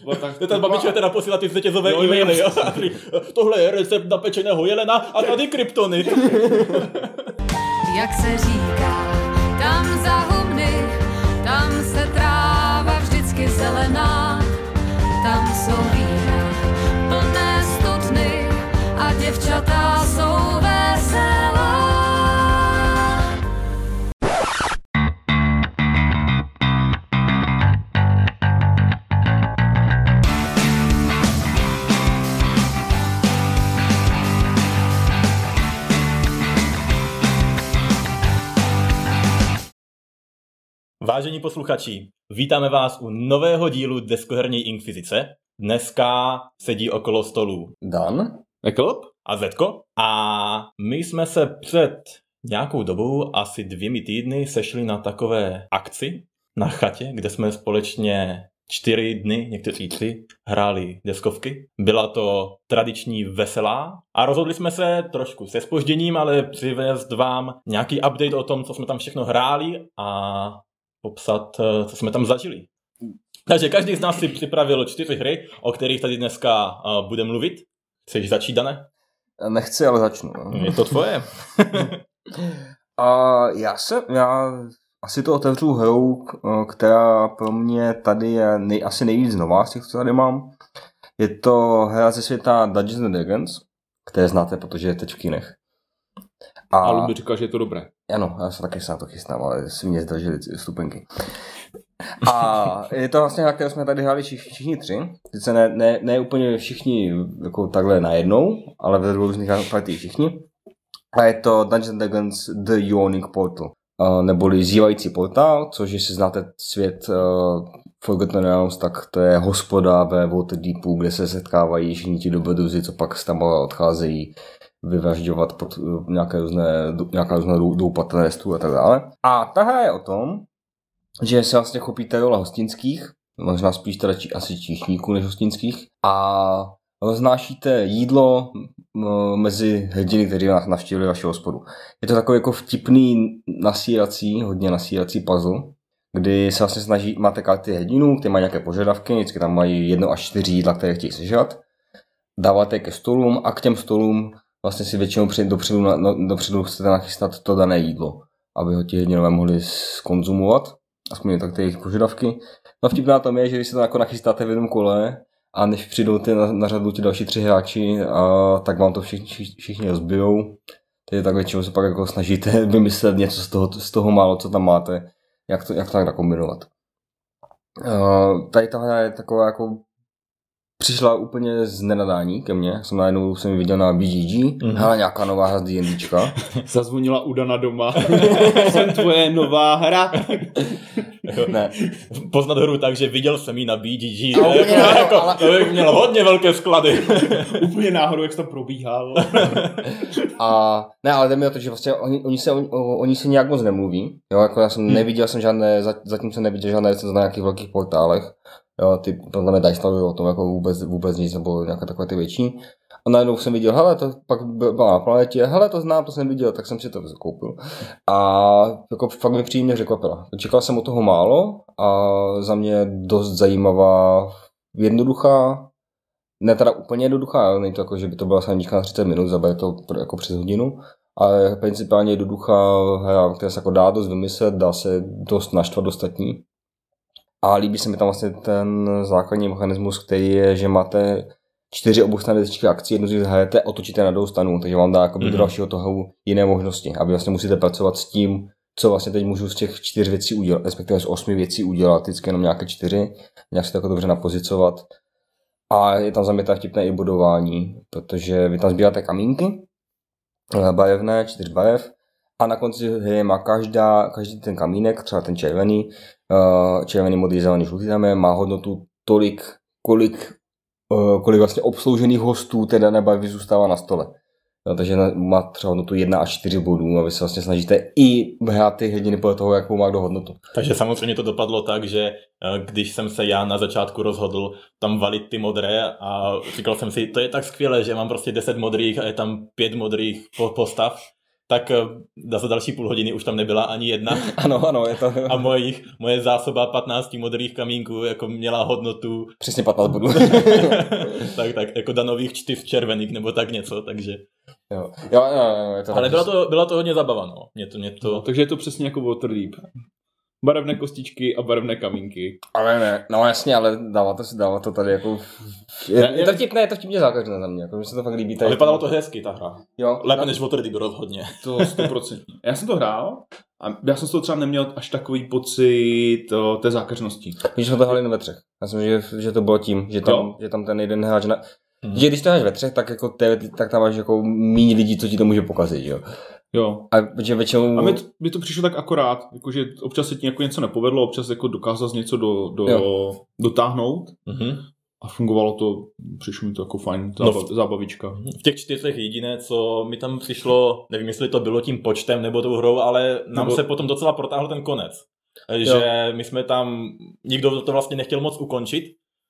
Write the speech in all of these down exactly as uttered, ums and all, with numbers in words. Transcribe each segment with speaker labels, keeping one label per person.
Speaker 1: Ten babička teda posílá ty řetězové e-maily. Tohle je recept napečeného jelena a tady kryptonit.
Speaker 2: Jak se říká, tam za humny, tam se tráva vždycky zelená, tam jsou vína plné studny a děvčatá jsou veselá.
Speaker 1: Vážení posluchači, vítáme vás u nového dílu Deskoherní inkvizice. Dneska sedí okolo stolu
Speaker 3: Dan,
Speaker 1: Eklop a Zetko. A my jsme se před nějakou dobou, asi dvěmi týdny, sešli na takové akci na chatě, kde jsme společně čtyři dny, někteří tři, hráli deskovky. Byla to tradiční veselá a rozhodli jsme se trošku se zpožděním, ale přivést vám nějaký update o tom, co jsme tam všechno hráli a popsat, co jsme tam zažili. Takže každý z nás si připravil čtyři hry, o kterých tady dneska uh, bude mluvit. Chceš začít, Dane?
Speaker 3: Nechci, ale začnu.
Speaker 1: Je to tvoje.
Speaker 3: A já se, já asi to otevřu hrou, která pro mě tady je nej, asi nejvíc nová z těch, co tady mám. Je to hra ze světa Dungeons and Dragons, které znáte, protože je teď v kinech.
Speaker 4: A, a Luby říkal, že je to dobré.
Speaker 3: Ano, já se taky se na to chystám, ale si mě zdražili vstupenky. A je to vlastně hra, kterou jsme tady hráli všichni, všichni tři. Sice ne, ne, ne úplně všichni jako takhle najednou, ale ve dvou různých partiích všichni. A je to Dungeons and Dragons The Yawning Portal. Uh, neboli Zívající portál, což jestli znáte svět uh, Forgotten Realms, tak to je hospoda ve Waterdeepu, kde se setkávají všichni ti dobrodruzi, co pak z tam odcházejí vyvražďovat pod uh, nějaké různé, nějaká různá doupa trestů a tak dále. A ta hra je o tom, že se vlastně chopíte role hostinských, možná spíš teda či, asi číšníků než hostinských, a roznášíte jídlo m, mezi hrdiny, kteří vás navštívili vaši hospodu. Je to takový jako vtipný nasírací, hodně nasírací puzzle, kdy se vlastně snaží, máte karty hrdinů, které mají nějaké požadavky, vždycky tam mají jedno až čtyři jídla, které chtějí sežrat. Dáváte ke stolům a k těm stolům vlastně si většinou před, dopředu, no, dopředu chcete nachystat to dané jídlo, aby ho ti hrdinové mohli skonzumovat, aspoň tak ty jejich požadavky. No vtipná tam je, že když se to jako nachystáte v jednom kole, a než přijdou ty na, na řadu ti další tři hráči, a tak vám to všichni, všichni rozbijou. Takže tak většinou se pak jako snažíte vymyslet něco z toho, z toho málo, co tam máte, jak to, jak to tak nakombinovat. Uh, tady ta hra je taková jako přišla úplně z nenadání ke mně. Jsem najednou jsem ji viděl na B G G, mm-hmm. Hala nějaká nová hra z D&Dčka.
Speaker 4: Zazvonila u Dana doma. Jsem tvoje nová hra.
Speaker 1: Ne. Poznat hru tak, že viděl jsem ji na B G G. To, jako, jako, ale... to bych měl hodně velké sklady.
Speaker 4: Úplně náhodou, jak jsi to probíhal.
Speaker 3: A ne, ale jde mi o to, že vlastně oni, oni, se, oni, oni se nějak moc nemluví. Jo, jako já jsem hmm. neviděl jsem žádné, zatím jsem neviděl žádné recenze na nějakých velkých portálech. Jo, ty podle mě Dice o tom jako vůbec, vůbec nic, nebo nějaké takové ty větší. A najednou jsem viděl, hele, to pak byla na planetě, hele, to znám, to jsem viděl, tak jsem si to koupil. A jako fakt mi příjemně překvapila. Čekal jsem o toho málo a za mě dost zajímavá, jednoduchá, ne teda úplně jednoduchá, není to jako, že by to byla sanička na třicet minut, zabere to jako přes hodinu, ale principálně jednoduchá hra, která se jako dá dost vymyslet, dá se dost naštvat ostatní. A líbí se mi tam vlastně ten základní mechanismus, který je, že máte čtyři oboustranné akcí, jednu z nich zahajete, otočíte na druhou stranu, takže vám dá jako mm-hmm. do dalšího toho jiné možnosti. A vy vlastně musíte pracovat s tím, co vlastně teď můžu z těch čtyř věcí udělat, respektive z osmi věcí udělat, vždycky jenom nějaké čtyři, nějak se to jako dobře napozicovat. A je tam za mě tak vtipné i budování, protože vy tam sbíráte kamínky, barevné, čtyř barev, a na konci hry má každá, každý ten kamínek, třeba ten červený, uh, červený, modrý, zelený, žlutý tam je, má hodnotu tolik, kolik, uh, kolik vlastně obsloužených hostů té dané barvy zůstává na stole. No, takže má třeba hodnotu jedna až čtyři bodů a vy se vlastně snažíte i hrát ty hrdiny podle toho, jakou má kdo hodnotu.
Speaker 1: Takže samozřejmě to dopadlo tak, že když jsem se já na začátku rozhodl tam valit ty modré a říkal jsem si, to je tak skvělé, že mám prostě deset modrých a je tam pět modrých postav, tak za další půl hodiny už tam nebyla ani jedna.
Speaker 3: Ano, ano, je to...
Speaker 1: A mojich, moje zásoba patnácti modrých kamínků jako měla hodnotu...
Speaker 3: Přesně patnáct bodů.
Speaker 1: tak, tak, jako danových čtyř červených nebo tak něco, takže...
Speaker 3: Jo, jo, jo, je to
Speaker 1: ale byla to, byla to hodně zabava, no. Mě to, mě to...
Speaker 4: No, takže je to přesně jako Waterdeep. Barevné kostičky a barevné kamínky.
Speaker 3: Ale ne, no jasně, ale dává to, dává to tady jako... Je, je to vtipné, je to vtipně zákažné za mě, jako mi se to fakt líbí.
Speaker 1: Ale vypadalo to hezky, ta hra.
Speaker 3: Jo.
Speaker 1: Lépe než Waterdeep rozhodně.
Speaker 4: To sto procent. Já jsem to hrál a já jsem z toho třeba neměl až takový pocit o, té zákažnosti.
Speaker 3: Když jsme to hráli ve třech. Já myslím, že, že to bylo tím, že tam, že tam ten jeden hráč na... Hmm. Že když to hráš ve třech, tak, jako te, tak tam máš jako méně lidí, co ti to může pokazit, jo.
Speaker 4: Jo.
Speaker 3: A že většinou...
Speaker 4: A mi to, mi to přišlo tak akorát, jakože občas se ti jako něco nepovedlo, občas jako dokázal něco do, do, dotáhnout mm-hmm. a fungovalo to, přišlo mi to jako fajn zábav, no v, zábavička.
Speaker 1: V těch čtyřech jediné, co mi tam přišlo, nevím, jestli to bylo tím počtem nebo tou hrou, ale nám nebo... se potom docela protáhl ten konec. Že jo. My jsme tam, nikdo to vlastně nechtěl moc ukončit,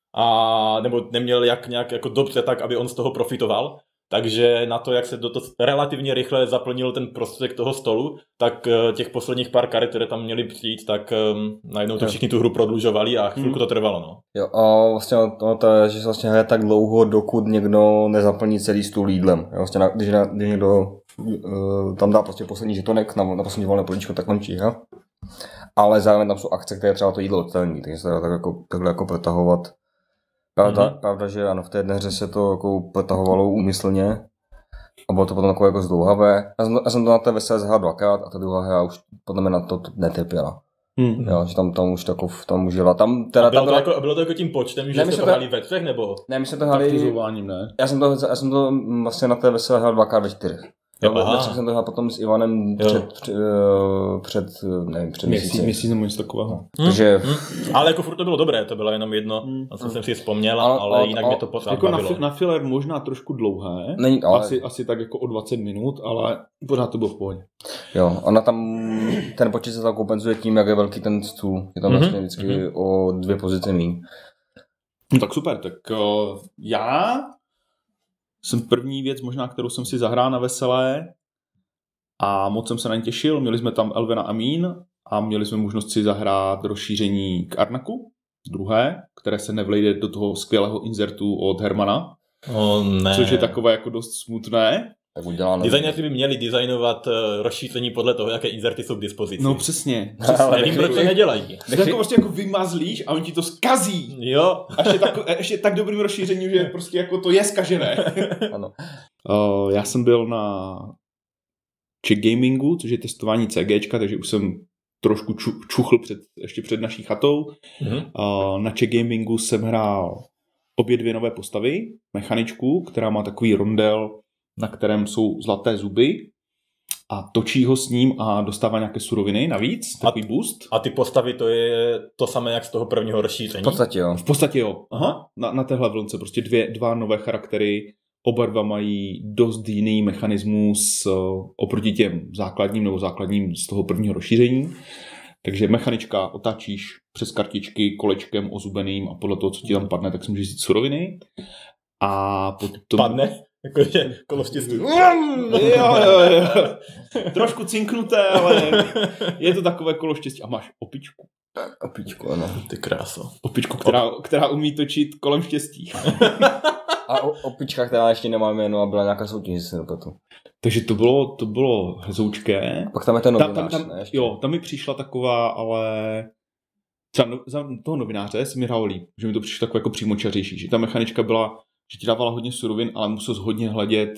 Speaker 1: a nebo neměl jak nějak jako dobře tak, aby on z toho profitoval. Takže na to, jak se do to relativně rychle zaplnil ten prostředek toho stolu, tak těch posledních pár karet, které tam měly přijít, tak um, najednou to všichni tu hru prodlužovali a chvilku to trvalo. No.
Speaker 3: Jo, a vlastně to, to je, že se vlastně hraje tak dlouho, dokud někdo nezaplní celý stůl jídlem. Jo, vlastně na, když, na, když někdo uh, tam dá prostě poslední žetonek na, na poslední volné políčko, tak končí hra. Ale zároveň tam jsou akce, které třeba to jídlo odcelní, takže se dá tak jako, takhle jako protahovat. Pravda, mm-hmm. pravda, že ano, v té jedné hře se to jako protahovalo úmyslně a bylo to potom takové jako zdlouhavé. Já jsem, já jsem to na té veselé zahrál dvakrát a ta druhá hra už podle mě na to netrpěla. Mm-hmm. Jo, že tam, tam už takov, tam už jela. Tam, teda,
Speaker 1: bylo,
Speaker 3: tam
Speaker 1: to byla... jako, bylo to jako tím počtem, že ne, jste to hráli ve třech, nebo?
Speaker 3: Ne, my jsme to hráli...
Speaker 4: ne?
Speaker 3: Já jsem to, já jsem to vlastně na té veselé hrál dvakrát ve čtyřech. Jo, ve třech jsem to hrál potom s Ivanem před, před, před, nevím, před měsíci.
Speaker 4: Měsíc nebo něco takového.
Speaker 3: Hmm. Takže...
Speaker 1: Hmm. Ale jako furt to bylo dobré, to bylo jenom jedno, hmm. co jsem si vzpomněl, ale, ale, ale jinak ale, mě to pořád
Speaker 4: jako
Speaker 1: bavilo.
Speaker 4: Na, na filler možná trošku dlouhé,
Speaker 3: Není, ale...
Speaker 4: asi, asi tak jako o dvacet minut, ale pořád to bylo v pohodě.
Speaker 3: Jo, ona tam, ten počet se tam kompenzuje tím, jak je velký ten stůl. Je tam mm-hmm. vlastně vždycky mm-hmm. o dvě pozice míň.
Speaker 4: No tak super, tak uh, já jsem první věc možná, kterou jsem si zahrál na veselé a moc jsem se na ní těšil. Měli jsme tam Elvena a Mín a měli jsme možnost si zahrát rozšíření k Arnaku, druhé, které se nevlejde do toho skvělého inzertu od Hermana.
Speaker 1: Oh, ne.
Speaker 4: Což je takové jako dost smutné.
Speaker 3: Tak uděláme.
Speaker 1: Designéři by měli designovat uh, rozšíření podle toho, jaké inzerty jsou k dispozici.
Speaker 4: No přesně.
Speaker 1: přesně. Nevím, proč to nedělají.
Speaker 4: To jako prostě jako vymazlíš a on ti to zkazí.
Speaker 1: Jo.
Speaker 4: A ještě tak, ještě tak dobrým rozšířením, že prostě jako to je zkažené.
Speaker 3: Ano.
Speaker 4: Uh, já jsem byl na Czech Gamingu, což je testování CGčka, takže už jsem trošku ču, čuchl před, ještě před naší chatou. Mm-hmm. Uh, na Czech Gamingu jsem hrál obě dvě nové postavy. Mechaničku, která má takový rondel, na kterém jsou zlaté zuby a točí ho s ním a dostává nějaké suroviny navíc, takový
Speaker 1: a,
Speaker 4: boost.
Speaker 1: A ty postavy, to je to samé jak z toho prvního rozšíření?
Speaker 3: V podstatě jo.
Speaker 4: V podstatě jo. Aha. Na, na téhle vlnce prostě dvě, dva nové charaktery, oba dva mají dost jiný mechanismus uh, oproti těm základním nebo základním z toho prvního rozšíření. Takže mechanička otáčíš přes kartičky kolečkem ozubeným a podle toho, co ti tam padne, tak si můžeš vzít suroviny. A potom...
Speaker 1: Padne? Jakože kolo štěstí.
Speaker 4: Jo, jo, jo. Trošku cinknuté, ale je to takové kolo štěstí. A máš opičku.
Speaker 3: Opičku, ano.
Speaker 1: Ty kráso.
Speaker 4: Opičku, která, která umí točit kolem štěstí.
Speaker 3: A opička, která ještě nemá jméno a byla nějaká soutěž, si nepletu.
Speaker 4: Takže to bylo, to bylo hezoučké.
Speaker 3: A pak tam je ten novinář,
Speaker 4: tam, tam,
Speaker 3: ne?
Speaker 4: Jo, tam mi přišla taková, ale... Třeba no, za toho novináře si mi hrál líp, že mi to přišlo takové jako přímočařejší, že ta mechanička byla, že ti dávala hodně surovin, ale musel jsi hodně hledět,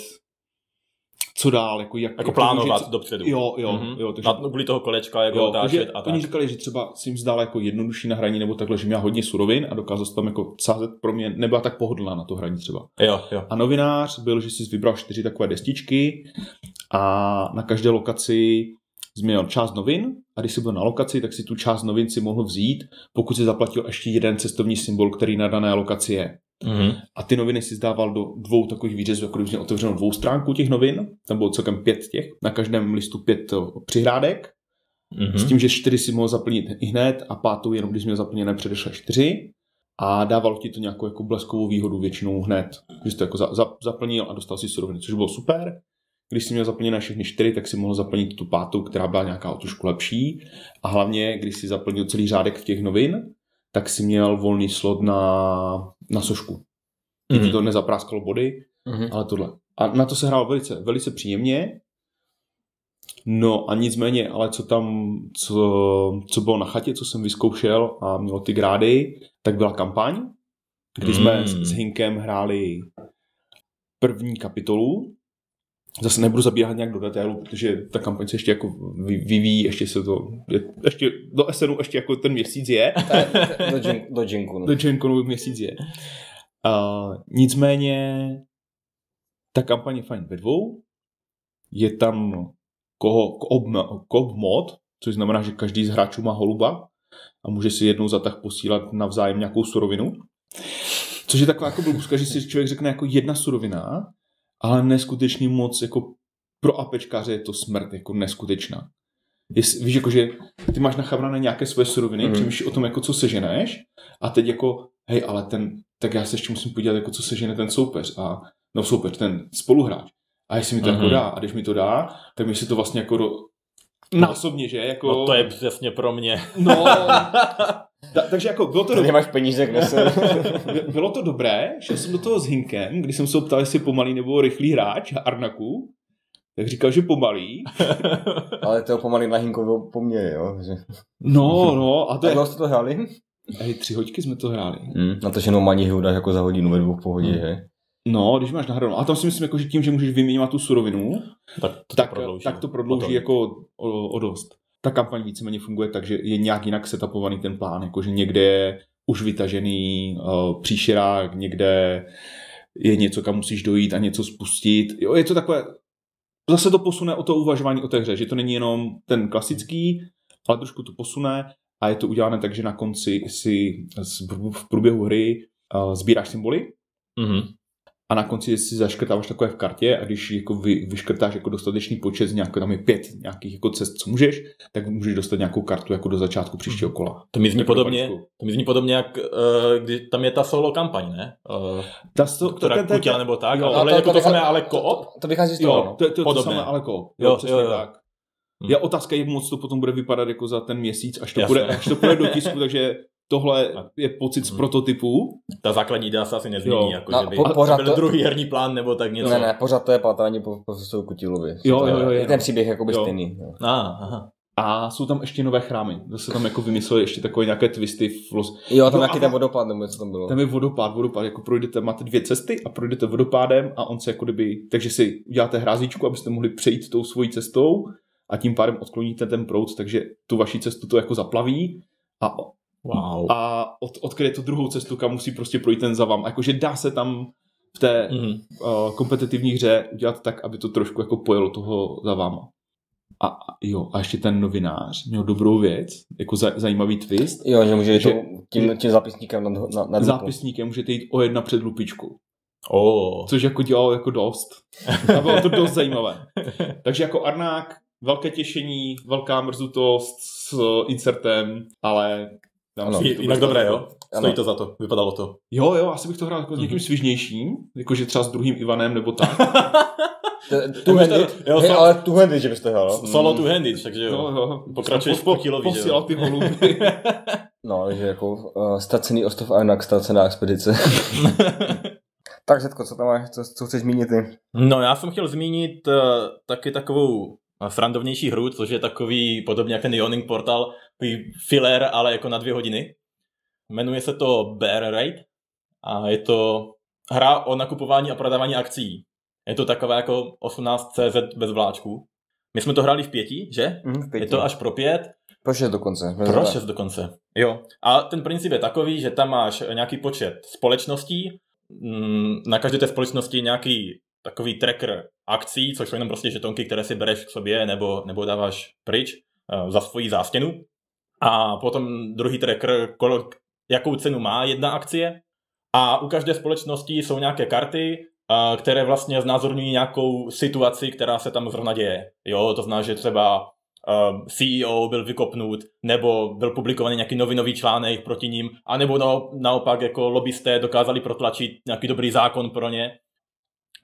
Speaker 4: co dál, jako jak...
Speaker 1: Jako plánovat co... dopředu.
Speaker 4: Jo, jo, mm-hmm. jo. Takže...
Speaker 1: Na kvůli toho kolečka, jak ho otáčet a tak.
Speaker 4: Oni říkali, že třeba si jim zdála jako jednodušší na hraní, nebo takhle, že měla hodně surovin a dokázal se tam jako sázet, pro mě nebyla tak pohodlná na to hraní třeba.
Speaker 1: Jo, jo.
Speaker 4: A novinář byl, že jsi vybral čtyři takové destičky a na každé lokaci jsi měl část novin a když jsi byl na lokaci, tak si tu část novin si mohl vzít, pokud si zaplatil ještě jeden cestovní symbol, který na dané lokaci je. Mm-hmm. A ty noviny si zdával do dvou takových výřezů, jako kdyby měl otevřenou dvou stránku těch novin, tam bylo celkem pět těch, na každém listu pět přihrádek, mm-hmm. s tím, že čtyři si mohl zaplnit i hned a pátou jenom když měl zaplněné předešlé čtyři a dávalo ti to nějakou jako bleskovou výhodu většinou hned, že jsi to jako za, za, zaplnil a dostal si suroviny, což bylo super. když si měl zaplnit na všechny čtyři, tak si mohl zaplnit tu pátou, která byla nějaká o trošku lepší. A hlavně, když si zaplnil celý řádek v těch novin, tak si měl volný slot na, na sošku. Mm. Ti to nezapráskalo body, mm. ale tohle. A na to se hrál velice, velice příjemně. No a nicméně, ale co tam, co, co bylo na chatě, co jsem vyzkoušel a mělo ty grády, tak byla kampaň, kdy jsme mm. s, s Hinkem hráli první kapitolu. Zase nebudu zabíhat nějak do detailu, protože ta kampaň se ještě jako vyvíjí, ještě se to, je, ještě do S N ještě jako ten měsíc je.
Speaker 3: Do Genconu.
Speaker 4: Do Genconu měsíc je. Uh, nicméně ta kampaň je fajn ve dvou. Je tam co-op mod, což znamená, že každý z hráčů má holuba a může si jednou za tak posílat navzájem nějakou surovinu. Což je taková jako blbůzka, že si člověk řekne jako jedna surovina, ale neskutečně moc jako pro apečkáře je to smrt, jako neskutečná. Jest, víš, jako, že ty máš nachavrané nějaké svoje suroviny, mm. přemýšlíš o tom, jako co seženeš a teď jako, hej, ale ten, tak já se ještě musím podívat, jako co sežene ten soupeř a, no soupeř, ten spoluhráč. A jestli mi to mm-hmm. jako dá, a když mi to dá, tak mi si to vlastně jako do... násobně, že? Jako...
Speaker 1: No to je přesně pro mě.
Speaker 4: No, ta, takže jako bylo to...
Speaker 3: Ty nemáš peníze, kde se...
Speaker 4: Bylo to dobré, šel jsem do toho s Hinkem, když jsem se optal, jestli pomalý nebo rychlý hráč Arnaku, tak říkal, že pomalý.
Speaker 3: Ale to pomalý na Hinkovi poměry, jo? Že...
Speaker 4: No, no. A to
Speaker 3: a
Speaker 4: je...
Speaker 3: jak jste to hráli?
Speaker 4: Hej, tři hoďky jsme to hráli.
Speaker 3: Mm, na to, že normální hru dáš jako za hodinu ve dvou v pohodě, mm. že?
Speaker 4: No, když máš nahranou. A tam si myslím, jako, že tím, že můžeš vyměňovat tu surovinu,
Speaker 1: tak to,
Speaker 4: tak,
Speaker 1: prodlouží.
Speaker 4: tak to prodlouží jako o, o dost. Ta kampaň víceméně funguje tak, že je nějak jinak setupovaný ten plán, jakože někde je už vytažený uh, příšerák, někde je něco, kam musíš dojít a něco spustit. Jo, je to takové, zase to posune o to uvažování o té hře, že to není jenom ten klasický, ale trošku to posune a je to udělané tak, že na konci si v průběhu hry uh, sbíráš symboly.
Speaker 1: Mhm.
Speaker 4: A na konci si zaškrtáváš takové v kartě a když jako vy, vyškrtáš jako dostatečný počet z nějaké, tam je pět nějakých jako cest, co můžeš, tak můžeš dostat nějakou kartu jako do začátku příštího kola.
Speaker 1: To mi zní podobně, to mi zní podobně jak uh, když tam je ta solo kampaň, ne? Uh,
Speaker 4: ta so,
Speaker 1: která
Speaker 4: ten, ten,
Speaker 1: kutila nebo tak,
Speaker 3: jo,
Speaker 1: ale tohle je jako to samé, ale koop?
Speaker 3: To vychází z toho,
Speaker 4: jo,
Speaker 3: no.
Speaker 4: to, to, to,
Speaker 1: Podobné.
Speaker 4: to samé, ale koop.
Speaker 1: Jo,
Speaker 4: jo, přesně
Speaker 1: jo, jo.
Speaker 4: tak.
Speaker 1: Hmm.
Speaker 4: Je otázka, jak moc to potom bude vypadat jako za ten měsíc, až to,
Speaker 1: Jasné.
Speaker 4: bude, až to bude do tisku, takže tohle je pocit z
Speaker 1: Hmm.
Speaker 4: prototypu.
Speaker 1: Ta základní idea se asi nezmění,
Speaker 4: Jo.
Speaker 1: jako,
Speaker 3: No,
Speaker 1: že by
Speaker 3: po-
Speaker 1: to
Speaker 3: pořád
Speaker 1: byl
Speaker 3: to-
Speaker 1: druhý herní plán nebo tak něco.
Speaker 3: Ne, ne, pořád to je patrání po profesoru Kutilovi.
Speaker 4: Jo, jo, jo,
Speaker 3: je
Speaker 4: jo.
Speaker 3: ten příběh jakoby
Speaker 4: Jo.
Speaker 3: stejný. Jo.
Speaker 1: Ah, aha.
Speaker 4: A jsou tam ještě nové chrámy. Zase tam jako vymysleli ještě takové nějaké twisty. V los...
Speaker 3: Jo, tam
Speaker 4: No,
Speaker 3: nějaký
Speaker 4: a-
Speaker 3: ten vodopád nebo co tam bylo.
Speaker 4: Tam je vodopád, vodopád, jako projdete, máte dvě cesty a projdete vodopádem a on se jako kdyby, takže si uděláte hrázíčku, abyste mohli přejít tou svojí cestou a tím pádem odkloníte ten proud, takže tu vaši cestu to jako zaplaví a,
Speaker 1: Wow.
Speaker 4: a od, odkryje tu druhou cestu, kam musí prostě projít ten za vám. Jakože dá se tam v té
Speaker 1: Mhm.
Speaker 4: uh, kompetitivní hře udělat tak, aby to trošku jako pojelo toho za váma. A, a jo, a ještě ten novinář měl dobrou věc, jako za, zajímavý twist.
Speaker 3: Jo, že může jít
Speaker 4: Že-
Speaker 3: to tím, tím zápisníkem na, na, na
Speaker 4: Zápisníkem můžete jít o jedna před lupičkou.
Speaker 1: Oh.
Speaker 4: Což jako dělalo jako dost. A bylo to dost zajímavé. Takže jako Arnák, velké těšení, velká mrzutost s insertem, ale...
Speaker 3: Ano.
Speaker 4: si-
Speaker 1: Jinak dobré, jo? Stojí
Speaker 3: Ano.
Speaker 1: to za to, vypadalo to.
Speaker 4: Jo, jo, asi bych to hrál jako s někým svižnějším, jakože třeba s druhým Ivanem nebo tak.
Speaker 3: Two-handed,
Speaker 1: Jo,
Speaker 3: hej,
Speaker 1: so-
Speaker 3: ale two-handed, že byste hrál.
Speaker 1: Solo two handed, takže jo.
Speaker 4: Jo, jo.
Speaker 1: Pokračuješ
Speaker 4: Jsem po-
Speaker 1: v Kutilovi, že jo?
Speaker 4: Posílal ty holuby.
Speaker 3: No, takže jako uh, ztracený ostrov Arnak, ztracená expedice. Tak, Zetko, co tam máš, co, co chceš zmínit ty?
Speaker 1: No, já jsem chtěl zmínit uh, taky takovou srandovnější hru, což je takový, podobně jak ten Yawning Portal, takový filler, ale jako na dvě hodiny. Jmenuje se to Bear Raid a je to hra o nakupování a prodávání akcí. Je to taková jako osmnáct C Z bez vláčků. My jsme to hráli v pěti, že?
Speaker 3: Mhm, v pěti.
Speaker 1: Je to až pro pět.
Speaker 3: Pro šest dokonce.
Speaker 1: Pro šest dokonce. Jo. A ten princip je takový, že tam máš nějaký počet společností. Na každé té společnosti je nějaký takový tracker akcí, což jsou jenom prostě žetonky, které si bereš k sobě nebo, nebo dáváš pryč uh, za svoji zástěnu. A potom druhý tracker, kolik, jakou cenu má jedna akcie. A u každé společnosti jsou nějaké karty, uh, které vlastně znázorňují nějakou situaci, která se tam zrovna děje. Jo, to znamená, že třeba uh, C E O byl vykopnut, nebo byl publikovaný nějaký novinový článek proti ním, anebo no, naopak jako lobbysté dokázali protlačit nějaký dobrý zákon pro ně.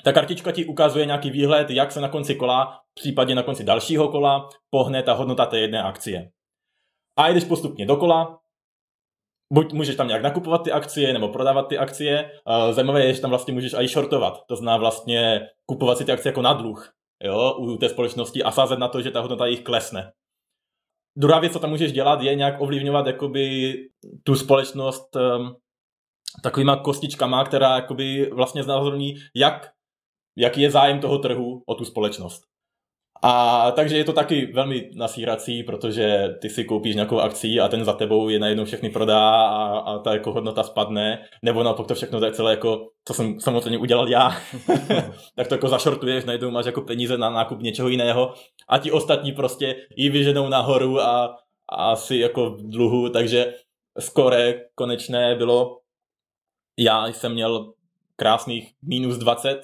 Speaker 1: Ta kartička ti ukazuje nějaký výhled, jak se na konci kola, případně na konci dalšího kola, pohne ta hodnota té jedné akcie. A jdeš postupně dokola, buď můžeš tam nějak nakupovat ty akcie, nebo prodávat ty akcie. Zajímavé je, že tam vlastně můžeš i shortovat, to znamená vlastně kupovat si ty akcie jako na dluh, jo, u té společnosti a sázet na to, že ta hodnota jich klesne. Druhá věc, co tam můžeš dělat, je nějak ovlivňovat jakoby tu společnost um, takovýma kostičkama, která jakoby vlastně znázorní, jak, jaký je zájem toho trhu o tu společnost. A takže je to taky velmi nasírací, protože ty si koupíš nějakou akci a ten za tebou je najednou všechny prodá a, a ta jako hodnota spadne, nebo naopak to všechno celé jako, co jsem samozřejmě udělal já, tak to jako zašortuješ, najednou máš jako peníze na nákup něčeho jiného a ti ostatní prostě ji vyženou nahoru a, a asi jako v dluhu, takže skore konečné bylo, já jsem měl krásných minus dvacet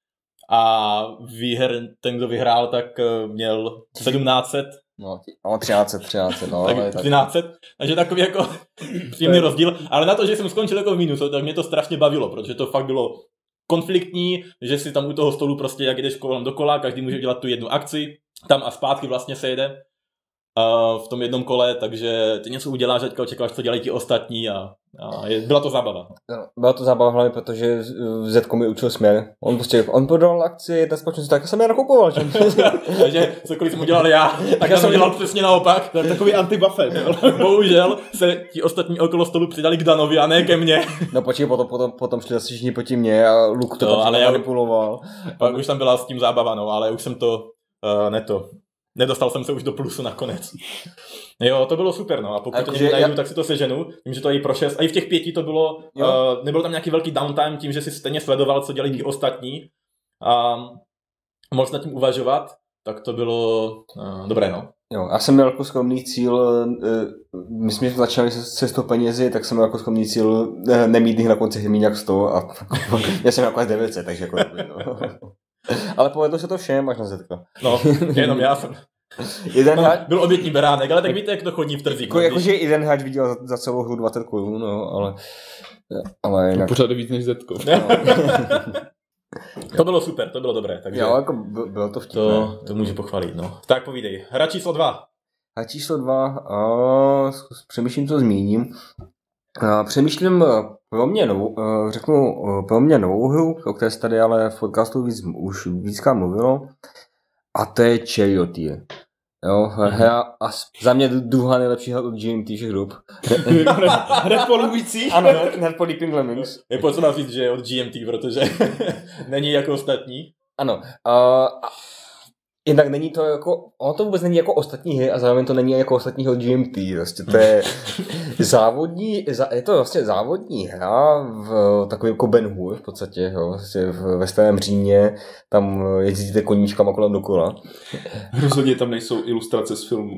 Speaker 1: a výher, ten, kdo vyhrál, tak měl sedmnáct set.
Speaker 3: No, no třináct set, třináct set, no.
Speaker 1: Tak,
Speaker 3: ale tak.
Speaker 1: třináct set, takže takový jako příjemný rozdíl, ale na to, že jsem skončil jako v mínusu, tak mě to strašně bavilo, protože to fakt bylo konfliktní, že si tam u toho stolu prostě, jak jdeš kolem dokola, každý může dělat tu jednu akci, tam a zpátky vlastně se jede uh, v tom jednom kole, takže ty něco uděláš, teďka očekáváš, co dělají ti ostatní a, a je, byla to zábava.
Speaker 3: No, byla to zábava hlavně, protože Zetko mi učil směr. On prostě, on prodal akci té společnosti, tak jsem je nakupoval.
Speaker 1: Takže cokoliv jsem udělal já, tak já jsem dělal přesně naopak.
Speaker 4: To je takový anti-Buffett.
Speaker 1: Bohužel se ti ostatní okolo stolu přidali k Danovi a ne ke mně.
Speaker 3: No počkej, potom, potom, potom šli zase všichni proti mě a Luke to,
Speaker 1: to
Speaker 3: tam
Speaker 1: ale
Speaker 3: manipuloval.
Speaker 1: Pak už tam byla s tím zábava, no, ale už jsem to, uh, ne to, nedostal jsem se už do plusu nakonec. Jo, to bylo super, no, a pokud to někdy najdu, já... tak si to seženu, tím, že to i pro šest, a i v těch pěti to bylo, uh, nebyl tam nějaký velký downtime tím, že si stejně sledoval, co dělají ti ostatní a mohl nad tím uvažovat, tak to bylo uh, dobré, no.
Speaker 3: Jo, já jsem měl jako skromný cíl, my jsme začali se, se sto penězi, tak jsem měl jako skromný cíl nemít jich na konci mít jak sto a já jsem jako devět set, takže jako no. Ale povedlo se to všem, až na Zetka.
Speaker 1: No, jenom já jsem.
Speaker 3: Jeden
Speaker 1: no,
Speaker 3: hráč...
Speaker 1: Byl obětní beránek, ale tak víte, jak to chodí v trzíku.
Speaker 3: Jako, jakože jeden hráč viděl za, za celou hru dvacet korun, no, ale... ale jinak...
Speaker 4: Pořád víc než Zetko.
Speaker 3: No.
Speaker 1: To bylo super, to bylo dobré. Takže
Speaker 3: jo, jako bylo to vtipné.
Speaker 1: To, to můžu pochválit, no. Tak povídej, hra číslo dva.
Speaker 3: Hra číslo dva, a přemýšlím, co zmíním. A přemýšlím pro mě novou, řeknu pro mě novou hru, o které se tady ale v podcastu víc, už víckrát mluvilo, a to je Charioteer. Jo, hra a za mě druhá nejlepší hra od G M T všech dob.
Speaker 4: Hned po Lubicí?
Speaker 3: Ano, hned po Leaping Lemmings.
Speaker 1: Je potřeba říct, že je od G M T, protože není jako ostatní.
Speaker 3: Ano. A jednak není to jako, ono to vůbec není jako ostatní hry a zároveň to není jako ostatní od G M T. Vlastně to je závodní, je to vlastně závodní hra v takový jako Ben Hur v podstatě, jo, vlastně ve starém Římě, tam jezdíte koníčkama kolem dokola.
Speaker 4: Rozhodně tam nejsou ilustrace z filmu.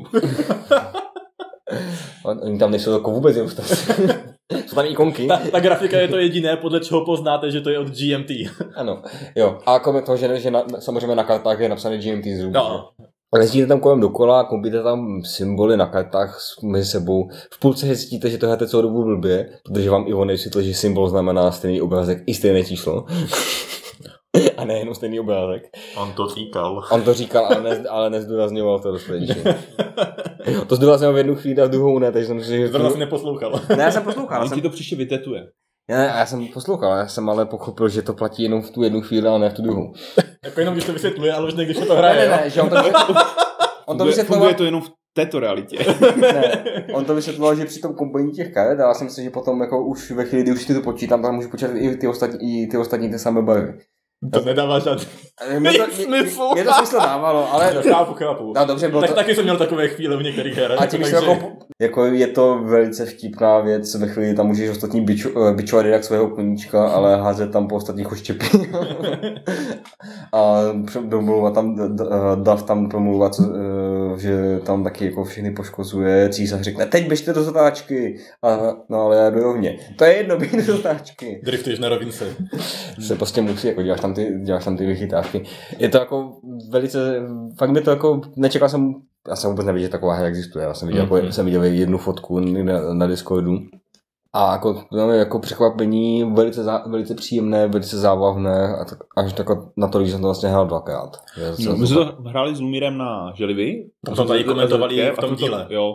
Speaker 3: Oni tam nejsou jako vůbec ilustrace. Jsou tam ikonky.
Speaker 1: Ta, ta grafika je to jediné, podle čeho poznáte, že to je od G M T.
Speaker 3: Ano, jo. A kromě toho, že, že na, samozřejmě na kartách je napsaný G M T zhruba.
Speaker 1: No.
Speaker 3: Jezdíte tam kolem dokola, koupíte tam symboly na kartách mezi sebou. V půlce zjistíte, že to hrajete celou dobu blbě, protože vám Ivo nevysvětlil, že symbol znamená stejný obrázek i stejné číslo. A nejenom stejný obrázek.
Speaker 1: On to říkal.
Speaker 3: On to říkal, ale, ne, ale nezdůrazňoval to dostatečně. To zdůrazňoval v jednu chvíli a v druhou ne, takže jsem si...
Speaker 1: Že... Zrovna si neposlouchal.
Speaker 3: Ne, já jsem poslouchal.
Speaker 4: On
Speaker 3: jsem...
Speaker 4: ti to příště vytetuje.
Speaker 3: Já, já jsem poslouchal, já jsem ale pochopil, že to platí jenom v tu jednu chvíli, ale ne v tu druhou.
Speaker 1: Jako jenom když to vysvětluje, ale už ne, když to hraje.
Speaker 3: Ne, ne, ne, že on to, on to vysvětloval...
Speaker 4: Funguje to jenom v této realitě.
Speaker 3: Ne, on to vysvětloval, že při tom kompojení těch karet, a já si myslím, že potom jako už ve chvíli, kdy už ty to počítám, tam můžu počítat i ty ostatní, i ty ostatní ty samé barvy.
Speaker 1: To nedává žádný smysl.
Speaker 3: Mě to smysl dávalo, ale...
Speaker 1: Chápu, chápu.
Speaker 3: No, dobře, bylo
Speaker 1: tak
Speaker 3: to...
Speaker 1: taky jsem měl takové chvíle v některých hrách.
Speaker 3: A tím takže... jako, jako je to velice vtipná věc, ve chvíli tam můžeš ostatní biču, bičovat jak svého koníčka, ale házet tam po ostatních oštěpí. A domluvat tam, Dav tam promluvat, že tam taky jako všechny poškozuje, císař řekne, teď běžte do zatáčky. A, no ale já jdu rovně. To je jedno, běž do zatáčky.
Speaker 1: Driftuješ na rovince.
Speaker 3: Se prostě musí, jako děláš tam ty, děláš tam ty vychytávky. Je to jako velice, fakt mi to jako, nečekal jsem, já jsem vůbec nevěděl, že taková hra existuje, já jsem viděl, mm-hmm. jako, jsem viděl jednu fotku na, na Discordu A jako, to je jako překvapení velice, zá, velice příjemné, velice zábavné a tak, až tak na to, že jsem to vlastně hrál dvakrát.
Speaker 4: No, my jsme to hráli s Lumírem na Želivy.
Speaker 1: A to tady komentovali v tom díle.
Speaker 4: Jo.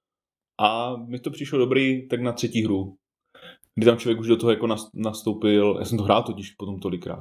Speaker 4: A mi to přišlo dobrý tak na třetí hru. Kdy tam člověk už do toho jako nastoupil, já jsem to hrál totiž potom tolikrát.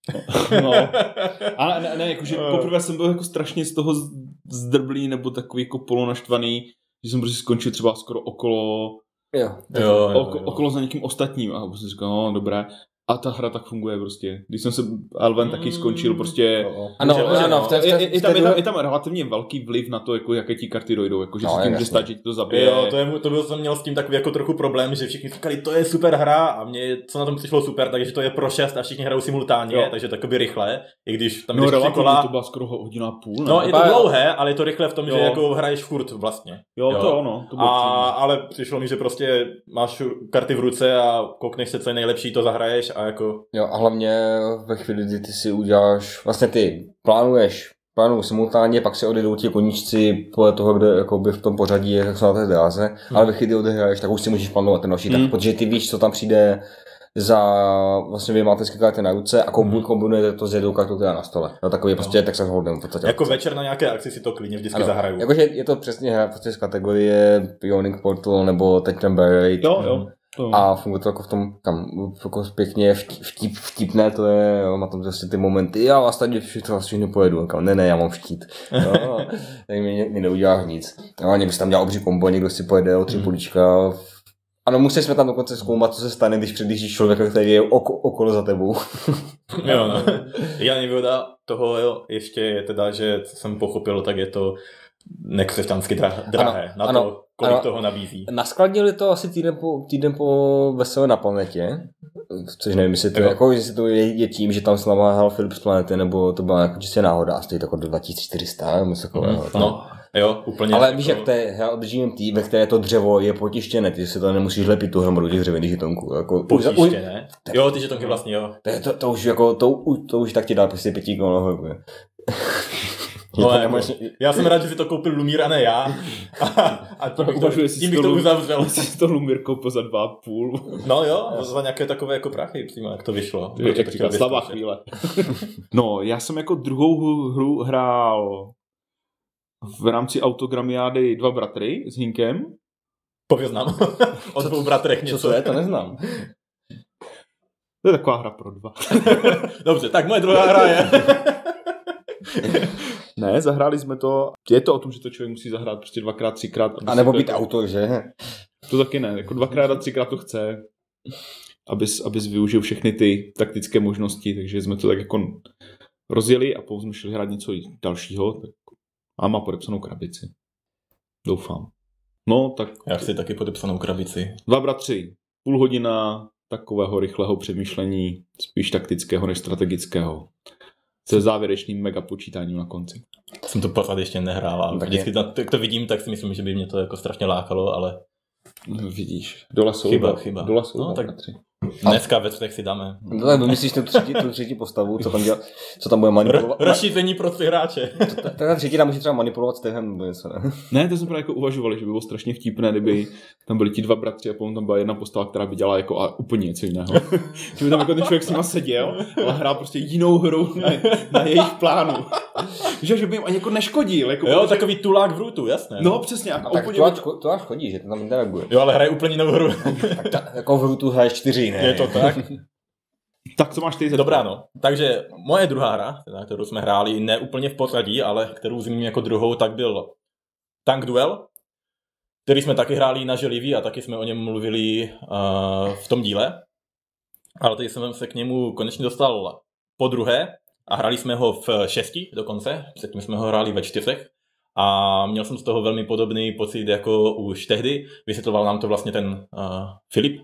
Speaker 4: No. Ale ne, ne jakože poprvé jsem byl jako strašně z toho zdrblý nebo takový jako polonaštvaný, že jsem prostě skončil třeba skoro okolo
Speaker 3: Jo,
Speaker 1: jo, jo,
Speaker 4: oko,
Speaker 1: jo.
Speaker 4: okolo za někým ostatním a jsem říkal, no dobré. A ta hra tak funguje prostě. Když jsem se Elven taky
Speaker 1: Mm.
Speaker 4: skončil, prostě...
Speaker 3: Ano,
Speaker 4: že,
Speaker 3: ano,
Speaker 4: že,
Speaker 3: v té- v té-
Speaker 4: je, je,
Speaker 3: v té
Speaker 4: tam, je, tam,
Speaker 3: druhé-
Speaker 4: je tam relativně velký vliv na to, jako, jaké ti karty dojdou. Jako, že
Speaker 3: No,
Speaker 4: se tím může
Speaker 3: jasně.
Speaker 4: stát, že ti to zabije.
Speaker 1: Jo, to, je, to byl jsem měl s tím takový jako trochu problém, že všichni říkali, to je super hra a mně co na tom přišlo super, takže to je pro šest a všichni hrajou simultánně,
Speaker 4: Jo.
Speaker 1: takže takový rychle, i když tam
Speaker 4: No
Speaker 1: jdeš tři
Speaker 4: relativně
Speaker 1: kola.
Speaker 4: to byla skoro hodina a půl. Ne?
Speaker 1: No, je to
Speaker 3: Ba-
Speaker 1: dlouhé, ale je to rychle v tom,
Speaker 4: Jo.
Speaker 1: že jako hraješ furt vlastně.
Speaker 4: Jo,
Speaker 1: Jo.
Speaker 4: to ono. To bylo
Speaker 1: A,
Speaker 4: příjemné.
Speaker 1: ale přišlo mi, že prostě máš karty v ruce a koukneš se, co je nejlepší, to zahraješ a jako...
Speaker 3: Jo, a hlavně ve chvíli, kdy ty si uděláš, vlastně ty plánuješ, plánuju simultánně, pak si odjedou ti koníčci podle toho, kde jakoby v tom pořadí, jak jsou na té dráze, hmm. ale ve chvíli, kdy odehraješ, tak už si můžeš plánovat ten další,
Speaker 4: Hmm.
Speaker 3: tak, protože ty víš, co tam přijde za, vlastně vy máte karty na ruce a kombu,
Speaker 1: Hmm.
Speaker 3: kombinujete to s jednou kartou teda na stole. No, takový prostě Texas Hold'em v podstatě.
Speaker 1: Jako večer na nějaké akci si to klidně vždycky
Speaker 3: Ano,
Speaker 1: zahraju.
Speaker 3: jakože je to přesně hra prostě z kategorie Bionic Portal nebo Teď ten Barrett.
Speaker 4: Jo, jo. To.
Speaker 3: A funguje to jako v tom, tam jako pěkně vtip, vtipné to je, jo, má tam zase ty momenty, já vás tady všechno, všechno pojedu, a kam, ne, ne, já mám štít, jo, tak mi, mi neuděláš nic. Jo, někdo si tam dělá obří kombo, někdo si pojede o tři
Speaker 1: Mm.
Speaker 3: políčka. Ano, museli jsme tam dokonce zkoumat, co se stane, když předjíždíš člověka, který je oko, okolo za tebou.
Speaker 1: Jo, no. Já nevýhoda toho jo, ještě je teda, že co jsem pochopil, tak je to nekřesťansky drah- drahé
Speaker 3: Ano,
Speaker 1: na
Speaker 3: ano,
Speaker 1: to, kolik
Speaker 3: ano.
Speaker 1: toho nabízí.
Speaker 3: Naskladnili to asi týden po, týden po Veselé na planetě, což nevím, jestli to,
Speaker 1: Jo.
Speaker 3: jako, jestli to je, je tím, že tam s náma hrál Filip z Planety, nebo to byla jako čistě náhoda, stojí to jako dva tisíce čtyři sta, nebo něco takového.
Speaker 1: No, jo, úplně.
Speaker 3: Ale
Speaker 1: jako...
Speaker 3: víš, jak to je hra od G M T, ve které to dřevo je potištěné, ty si to nemusíš lepit tu hromadu těch dřevěných žetonků. Jako,
Speaker 1: Potiště, ne? Jo, ty žetonky vlastně, jo.
Speaker 3: To, je- to, to, už jako, to, u- to už tak ti dá prostě pětí kolo nahoru. je.
Speaker 1: No,
Speaker 3: to
Speaker 1: jako,
Speaker 3: nemáš-
Speaker 1: já jsem rád, že si to koupil Lumír a ne já. A, a tím bych to,
Speaker 4: Uvažuji, jestli
Speaker 1: tím
Speaker 4: si
Speaker 1: bych
Speaker 4: to
Speaker 1: to
Speaker 4: Lumír-
Speaker 1: uzavřel.
Speaker 4: si to Lumír koupil za dva a půl.
Speaker 1: No jo, za nějaké takové jako prachy přímo, jak to vyšlo.
Speaker 4: To
Speaker 1: Proč
Speaker 4: je,
Speaker 1: to
Speaker 4: jak
Speaker 1: chtěl
Speaker 4: říkal, slabá
Speaker 1: vyzkoušet?
Speaker 4: chvíle. No, já jsem jako druhou hru hrál v rámci Autogramiády Dva bratry s Hinkem.
Speaker 1: Pověz nám o dvou bratrech něco.
Speaker 3: Co to je, to neznám.
Speaker 4: To je taková hra pro dva.
Speaker 1: Dobře, tak moje druhá hra je...
Speaker 4: Ne, zahráli jsme to. Je to o tom, že to člověk musí zahrát prostě dvakrát, třikrát. aby
Speaker 3: A
Speaker 4: si
Speaker 3: nebo
Speaker 4: to
Speaker 3: být
Speaker 4: jako-
Speaker 3: autor, že?
Speaker 4: To taky ne, jako dvakrát a třikrát to chce, abys, abys využil všechny ty taktické možnosti, takže jsme to tak jako rozjeli a potom jsme šli hrát něco dalšího. Tak... A má podepsanou krabici. Doufám. No, tak
Speaker 1: Já chci taky podepsanou krabici.
Speaker 4: Dva bratři, půl hodina takového rychlého přemýšlení, spíš taktického než strategického. Se závěrečným mega počítáním na konci.
Speaker 1: Jsem to pořád ještě nehrál a
Speaker 3: Tak
Speaker 1: vždycky, to, jak to vidím, tak si myslím, že by mě to jako strašně lákalo, ale
Speaker 4: Vidíš, dole jsou
Speaker 1: Chyba,
Speaker 4: dva,
Speaker 1: chyba.
Speaker 4: Dole jsou
Speaker 1: No,
Speaker 4: dva
Speaker 1: tak-
Speaker 4: bratři.
Speaker 1: dneska ve třech si dáme.
Speaker 3: No tak vymyslíš tu třetí, tu třetí postavu, co tam, dělá, co tam bude manipulovat.
Speaker 1: R- rozšíření pro tři hráče.
Speaker 3: Ta třetí tam může třeba manipulovat Stehem nebo něco, ne?
Speaker 4: Ne, to jsme právě jako uvažovali, že by bylo strašně vtipné, kdyby tam byli ti dva bratři a potom tam byla jedna postava, která by dělala jako a úplně něco jiného. Že by tam jako ten člověk s nima seděl, ale hrál prostě jinou hru na, na jejich plánu. Že, že by jim ani jako neškodil. Jako
Speaker 1: Jo,
Speaker 4: protože-
Speaker 1: takový tulák v rootu, jasné.
Speaker 4: No přesně. A
Speaker 3: Tak
Speaker 4: úplně...
Speaker 3: to až, to až chodí, že to tam interaguje.
Speaker 1: Jo, ale hraje úplně jinou hru.
Speaker 3: Tak ta, jako v Rootu hraješ čtyři, ne?
Speaker 1: Je to tak?
Speaker 4: Tak co máš ty?
Speaker 1: Dobrá, no. Takže moje druhá hra, teda, kterou jsme hráli, ne úplně v pořadí, ale kterou zmíním jako druhou, tak byl Tank Duel, který jsme taky hráli na Želivy a taky jsme o něm mluvili uh, v tom díle. Ale teď jsem se k němu konečně dostal po druhé a hráli jsme ho v šesti dokonce, předtím jsme ho hráli ve čtyřech. A měl jsem z toho velmi podobný pocit jako už tehdy. Vysvětloval nám to vlastně ten uh, Filip.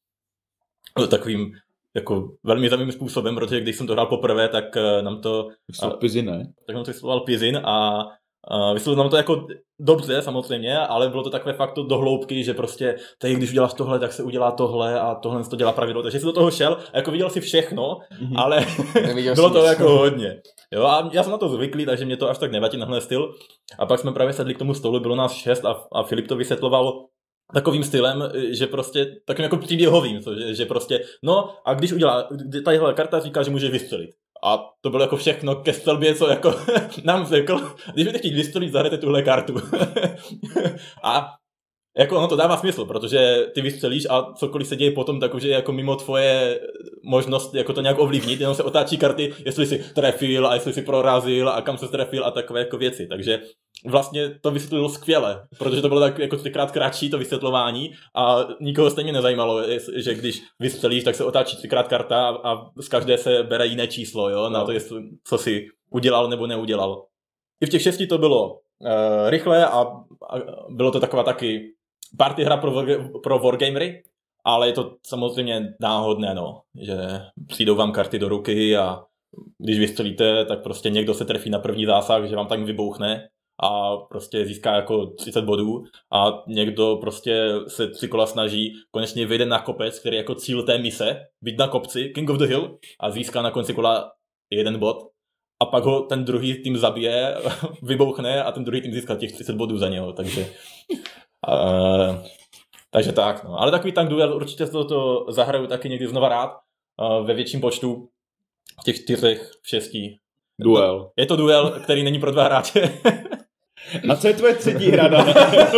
Speaker 1: Takovým jako velmi zajímavým způsobem, protože když jsem to hrál poprvé, tak uh, nám to
Speaker 4: Jsou pizy, ne?
Speaker 1: tak nám to vysvětloval Pizin a uh, vysvětloval nám to jako dobře samozřejmě, ale bylo to takové fakt do hloubky, že prostě tady když uděláš tohle, tak se udělá tohle a tohle se to dělá pravidlo. Takže jsi do toho šel a jako viděl si všechno,
Speaker 4: Mhm.
Speaker 1: ale
Speaker 3: Neviděl
Speaker 1: bylo
Speaker 3: jsi
Speaker 1: to
Speaker 3: nic.
Speaker 1: jako hodně. Jo, a já jsem na to zvyklý, takže mě to až tak nevadí, nahle styl. A pak jsme právě sedli k tomu stolu, bylo nás šest a, a Filip to vysvětloval takovým stylem, že prostě takovým jako příběhovým, co, že, že prostě, no a když udělá, tadyhle karta říká, že může vystřelit. A to bylo jako všechno ke střelbě, co jako nám řekl, když budete chtít vystřelit, zahrajte tuhle kartu. A jako ono to dává smysl, protože ty vystřelíš a cokoliv se děje potom, takže je jako mimo tvoje možnost jako to nějak ovlivnit, jenom se otáčí karty, jestli jsi trefil a jestli jsi prorazil a kam se trefil a takové jako věci. Takže vlastně to vysvětlilo skvěle, protože to bylo tak jako třikrát kratší to vysvětlování a nikoho stejně nezajímalo, že když vystřelíš, tak se otáčí třikrát karta a z každé se bere jiné číslo, jo, na to, jestli, co si udělal nebo neudělal. I v těch šesti to bylo uh, rychle a, a bylo to taková taky party hra pro, pro wargamery, ale je to samozřejmě náhodné, no, že přijdou vám karty do ruky a když vystřelíte, tak prostě někdo se trefí na první zásah, že vám tak vybouchne a prostě získá jako třicet bodů a někdo prostě se tři kola snaží, konečně vyjde na kopec, který je jako cíl té mise, být na kopci, King of the Hill, a získá na konci kola jeden bod a pak ho ten druhý tým zabije, vybouchne a ten druhý tým získá těch třicet bodů za něho, takže uh, takže tak, no. Ale takový tank duel určitě to, to zahraju taky někdy znova rád, uh, ve větším počtu, v těch čtyřech, v šesti.
Speaker 4: Duel.
Speaker 1: Je to duel, který není pro dva hráče.
Speaker 4: A co je tvoje třetí hra?
Speaker 3: uh,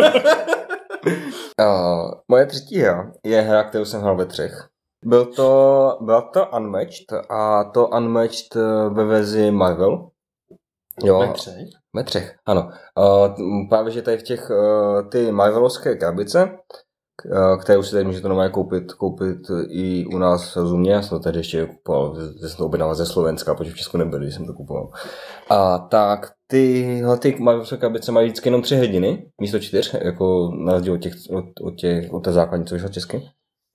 Speaker 3: moje třetí hra je hra, kterou jsem hrál ve třech. Byl to, byla to Unmatched a to Unmatched ve verzi Marvel. Jo,
Speaker 5: Ve třech?
Speaker 3: Ve třech, ano. Uh, právě, že tady v těch uh, ty Marvelovské krabice, uh, které už si tady můžete normálně koupit, koupit i u nás v Zumě, já jsem to tady ještě kupoval, jsem to objednal ze Slovenska, protože v Česku nebyli, když jsem to kupoval. A tak tyhle ty Marvelovské krabice mají vždycky jenom tři hrdiny, místo čtyř, jako na rozdíl od, těch, od, od, těch, od té základní, co vyšlo česky.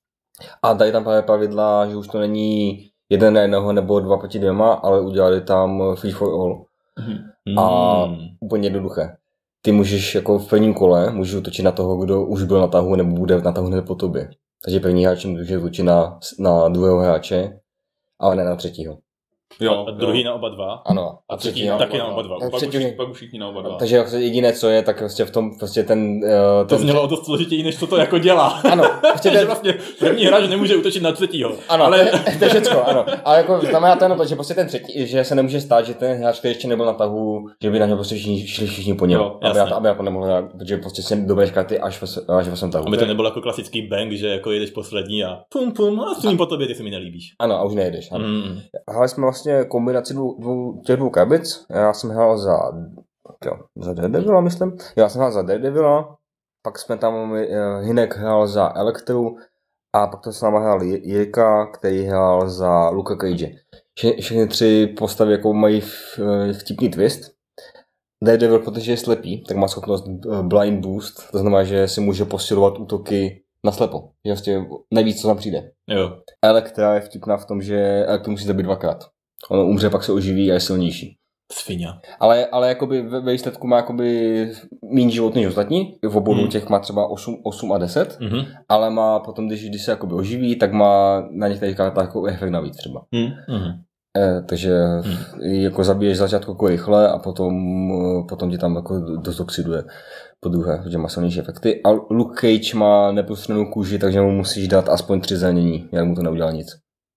Speaker 3: A tady tam právě pravidla, že už to není jeden na jednoho nebo dva proti dvěma, ale udělali tam free for all. Mm. A úplně jednoduché. Ty můžeš jako v prvním kole můžeš útočit na toho, kdo už byl na tahu nebo bude na tahu hned po tobě. Takže první hráč může útočit na, na druhého hráče, ale ne na třetího.
Speaker 4: Jo,
Speaker 1: a druhý jo. na oba dva.
Speaker 3: Ano.
Speaker 1: A třetí, třetí na taky na oba dva.
Speaker 4: Pak, třetí... už, pak už všichni na oba dva.
Speaker 3: Takže jediné, co je, tak prostě v tom prostě ten... Uh,
Speaker 1: to
Speaker 3: ten...
Speaker 1: znělo o dost složitěji, než co to jako dělá.
Speaker 3: Ano.
Speaker 1: Prostě ten... vlastně první hráč nemůže útočit na třetího.
Speaker 3: Ano,
Speaker 1: ale...
Speaker 3: to je všecko, ano. Ale jako znamená to jenom to, že prostě ten třetí, že se nemůže stát, že ten hráč, který ještě nebyl na tahu, že by na něj prostě všichni šli všichni po něm.
Speaker 1: Jo,
Speaker 3: aby, na to, aby na to nemohl hrát, protože prostě si dobré karty až v, až v svém tahu.
Speaker 1: Aby to nebylo jako klasický bang, že jako jedeš poslední a pum pum a s po tobě, ty se mi nelíbíš.
Speaker 3: Ano, a už nejedeš. Ano.
Speaker 1: Mm.
Speaker 3: Hráli jsme vlastně kombinaci dvou, dvou, těch dvou krabic. Já jsem hrál za, jo, za Daredevila, myslím. Já jsem hrál za Daredevila, pak jsme tam, uh, Hinek hrál za Elektru a pak to s náma hrál Jirka, který hrál za Luka Cage. Vše, všechny tři postavy jako mají vtipný twist. Daredevil, protože je slepý, tak má schopnost blind boost, to znamená, že si může posilovat útoky naslepo. Že vlastně nejvíc, co tam přijde.
Speaker 1: Jo.
Speaker 3: Elektra je vtipná v tom, že Elektru musí zabít dvakrát. Ono umře, pak se oživí a je silnější.
Speaker 1: Svině.
Speaker 3: Ale, ale jakoby ve, ve výsledku má jakoby méně život než ostatní. V oboru mm. těch má třeba osm a deset, mm-hmm. ale má potom, když, když se jakoby oživí, tak má na některých kartách jako efekt navíc třeba.
Speaker 1: Mm-hmm.
Speaker 3: Eh, takže mm. jako zabiješ začátku jako rychle a potom, potom ti tam jako dost oxiduje po druhé, protože má silnější efekty. A Luke Cage má neprostřenou kůži, takže mu musíš dát aspoň tři zranění, jak mu to neudělal nic.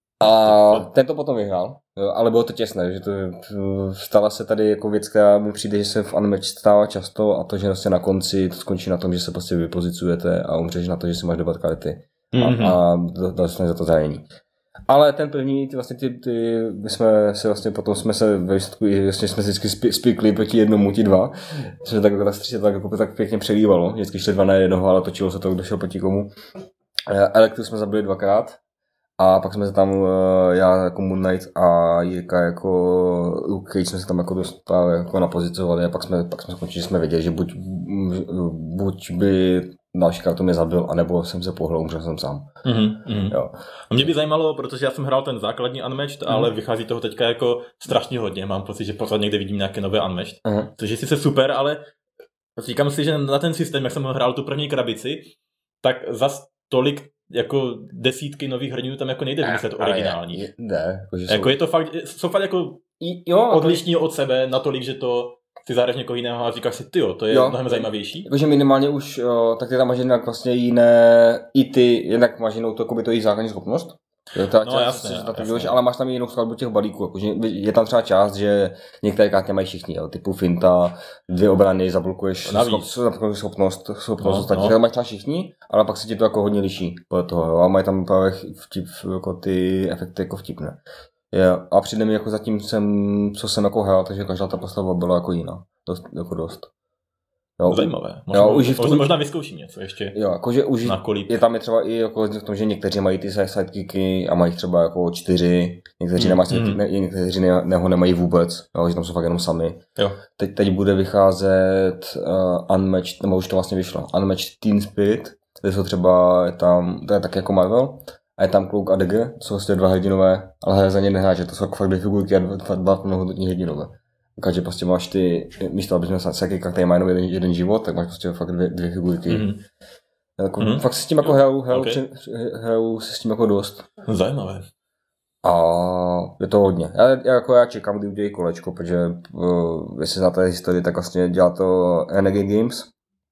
Speaker 3: A ten to potom vyhrál, ale bylo to těsné, že to stala se tady jako věc, která mi přijde, že se v Unmatched stává často a to, že vlastně na konci to skončí na tom, že se prostě vypozicujete a umřeš na to, že si máš dobat karty mm-hmm. a, a dostaneš za to zranění. Ale ten první, ty vlastně ty, ty my jsme se vlastně potom jsme se ve výsledku, vlastně jsme vždycky spikli proti jednomu, ti dva, že tak ta stříce tak, jako tak pěkně přelívalo, vždycky šli dva na jednoho, ale točilo se to, kdo šel proti komu. Elektru jsme zabili dvakrát. A pak jsme se tam, já jako Moon Knight a Jirka jako Luke Cage jsme se tam jako dost právě jako napozicovali a pak jsme, pak jsme skončili, že jsme věděli, že buď, buď by další kartu mě zabil, anebo jsem se pohlal, umřel jsem sám.
Speaker 1: Mm-hmm. Jo. A mě by zajímalo, protože já jsem hrál ten základní Unmatched, mm. ale vychází toho teďka jako strašně hodně. Mám pocit, že pořád někde vidím nějaké nové Unmatched, mm. což je sice super, ale říkám si, že na ten systém, jak jsem hrál tu první krabici, tak zas tolik jako desítky nových hrdinů tam jako nejde vymyslet originální.
Speaker 3: Ne,
Speaker 1: jako, jako je to fakt, jsou fakt jako jo, odlišní od sebe natolik, že to si zahraješ někoho jiného a říkáš si, tyjo, to je
Speaker 3: Jo.
Speaker 1: mnohem zajímavější.
Speaker 3: Jakože minimálně už, jo, tak ty tam máš jednak vlastně jiné, i ty, jednak máš jinou to, jakoby to její základní schopnost. Jo, ta
Speaker 1: No,
Speaker 3: část,
Speaker 1: jasně,
Speaker 3: co- co tam
Speaker 1: jasně.
Speaker 3: děláš, ale máš tam i jinou skladbu těch balíků. Jakože je tam třeba část, že některé karty mají všichni, jo, typu finta, dvě obrany, zablokuješ
Speaker 1: Navíc.
Speaker 3: schop, schopnost, schopnost
Speaker 1: No,
Speaker 3: ostatní.
Speaker 1: no.
Speaker 3: To mají třeba všichni, ale pak se ti to jako hodně liší podle toho, jo, a mají tam právě vtip, jako ty efekty jako vtipné. Je, a přijde mi jako zatím jsem, co jsem jako hrál, takže každá ta postava byla jako jiná. Dost, jako dost. Jo,
Speaker 1: Zajímavé. Možná,
Speaker 3: Jo, už i v
Speaker 1: možná,
Speaker 3: tom-
Speaker 1: možná vyzkouším něco ještě
Speaker 3: Jo, jakože už
Speaker 1: na kolíp.
Speaker 3: je tam je třeba i jako v tom, že někteří mají ty sidekicky a mají třeba jako čtyři, někteří,
Speaker 1: Mm,
Speaker 3: nemají,
Speaker 1: mm.
Speaker 3: ne, někteří ne, ne, ho nemají vůbec, jo, že tam jsou fakt jenom sami.
Speaker 1: Jo.
Speaker 3: Teď, teď bude vycházet uh, Unmatched, nebo už to vlastně vyšlo, Unmatched Teen Spirit, kde jsou třeba, je tam, to je taky jako Marvel, a je tam Cloak a Dagger, jsou vlastně dva hrdinové, ale hraje za ně nehráče, to jsou jako fakt dvě figurky a dva, dva, dva plnohodnotní hrdinové. Takže prostě máš ty, místo abys měl sidekick, který má jenom jeden, jeden život, tak máš prostě fakt dvě, dvě figurky.
Speaker 1: Mhm.
Speaker 3: Jako,
Speaker 1: Mhm.
Speaker 3: Fakt se s tím jako hraju, hraju,
Speaker 1: Okay.
Speaker 3: okay. hraju se s tím jako dost.
Speaker 1: Zajímavé.
Speaker 3: A je to hodně. Já, já, jako já čekám, kdy udělají kolečko, protože uh, jestli znáte historii, tak vlastně dělá to Renegade Games,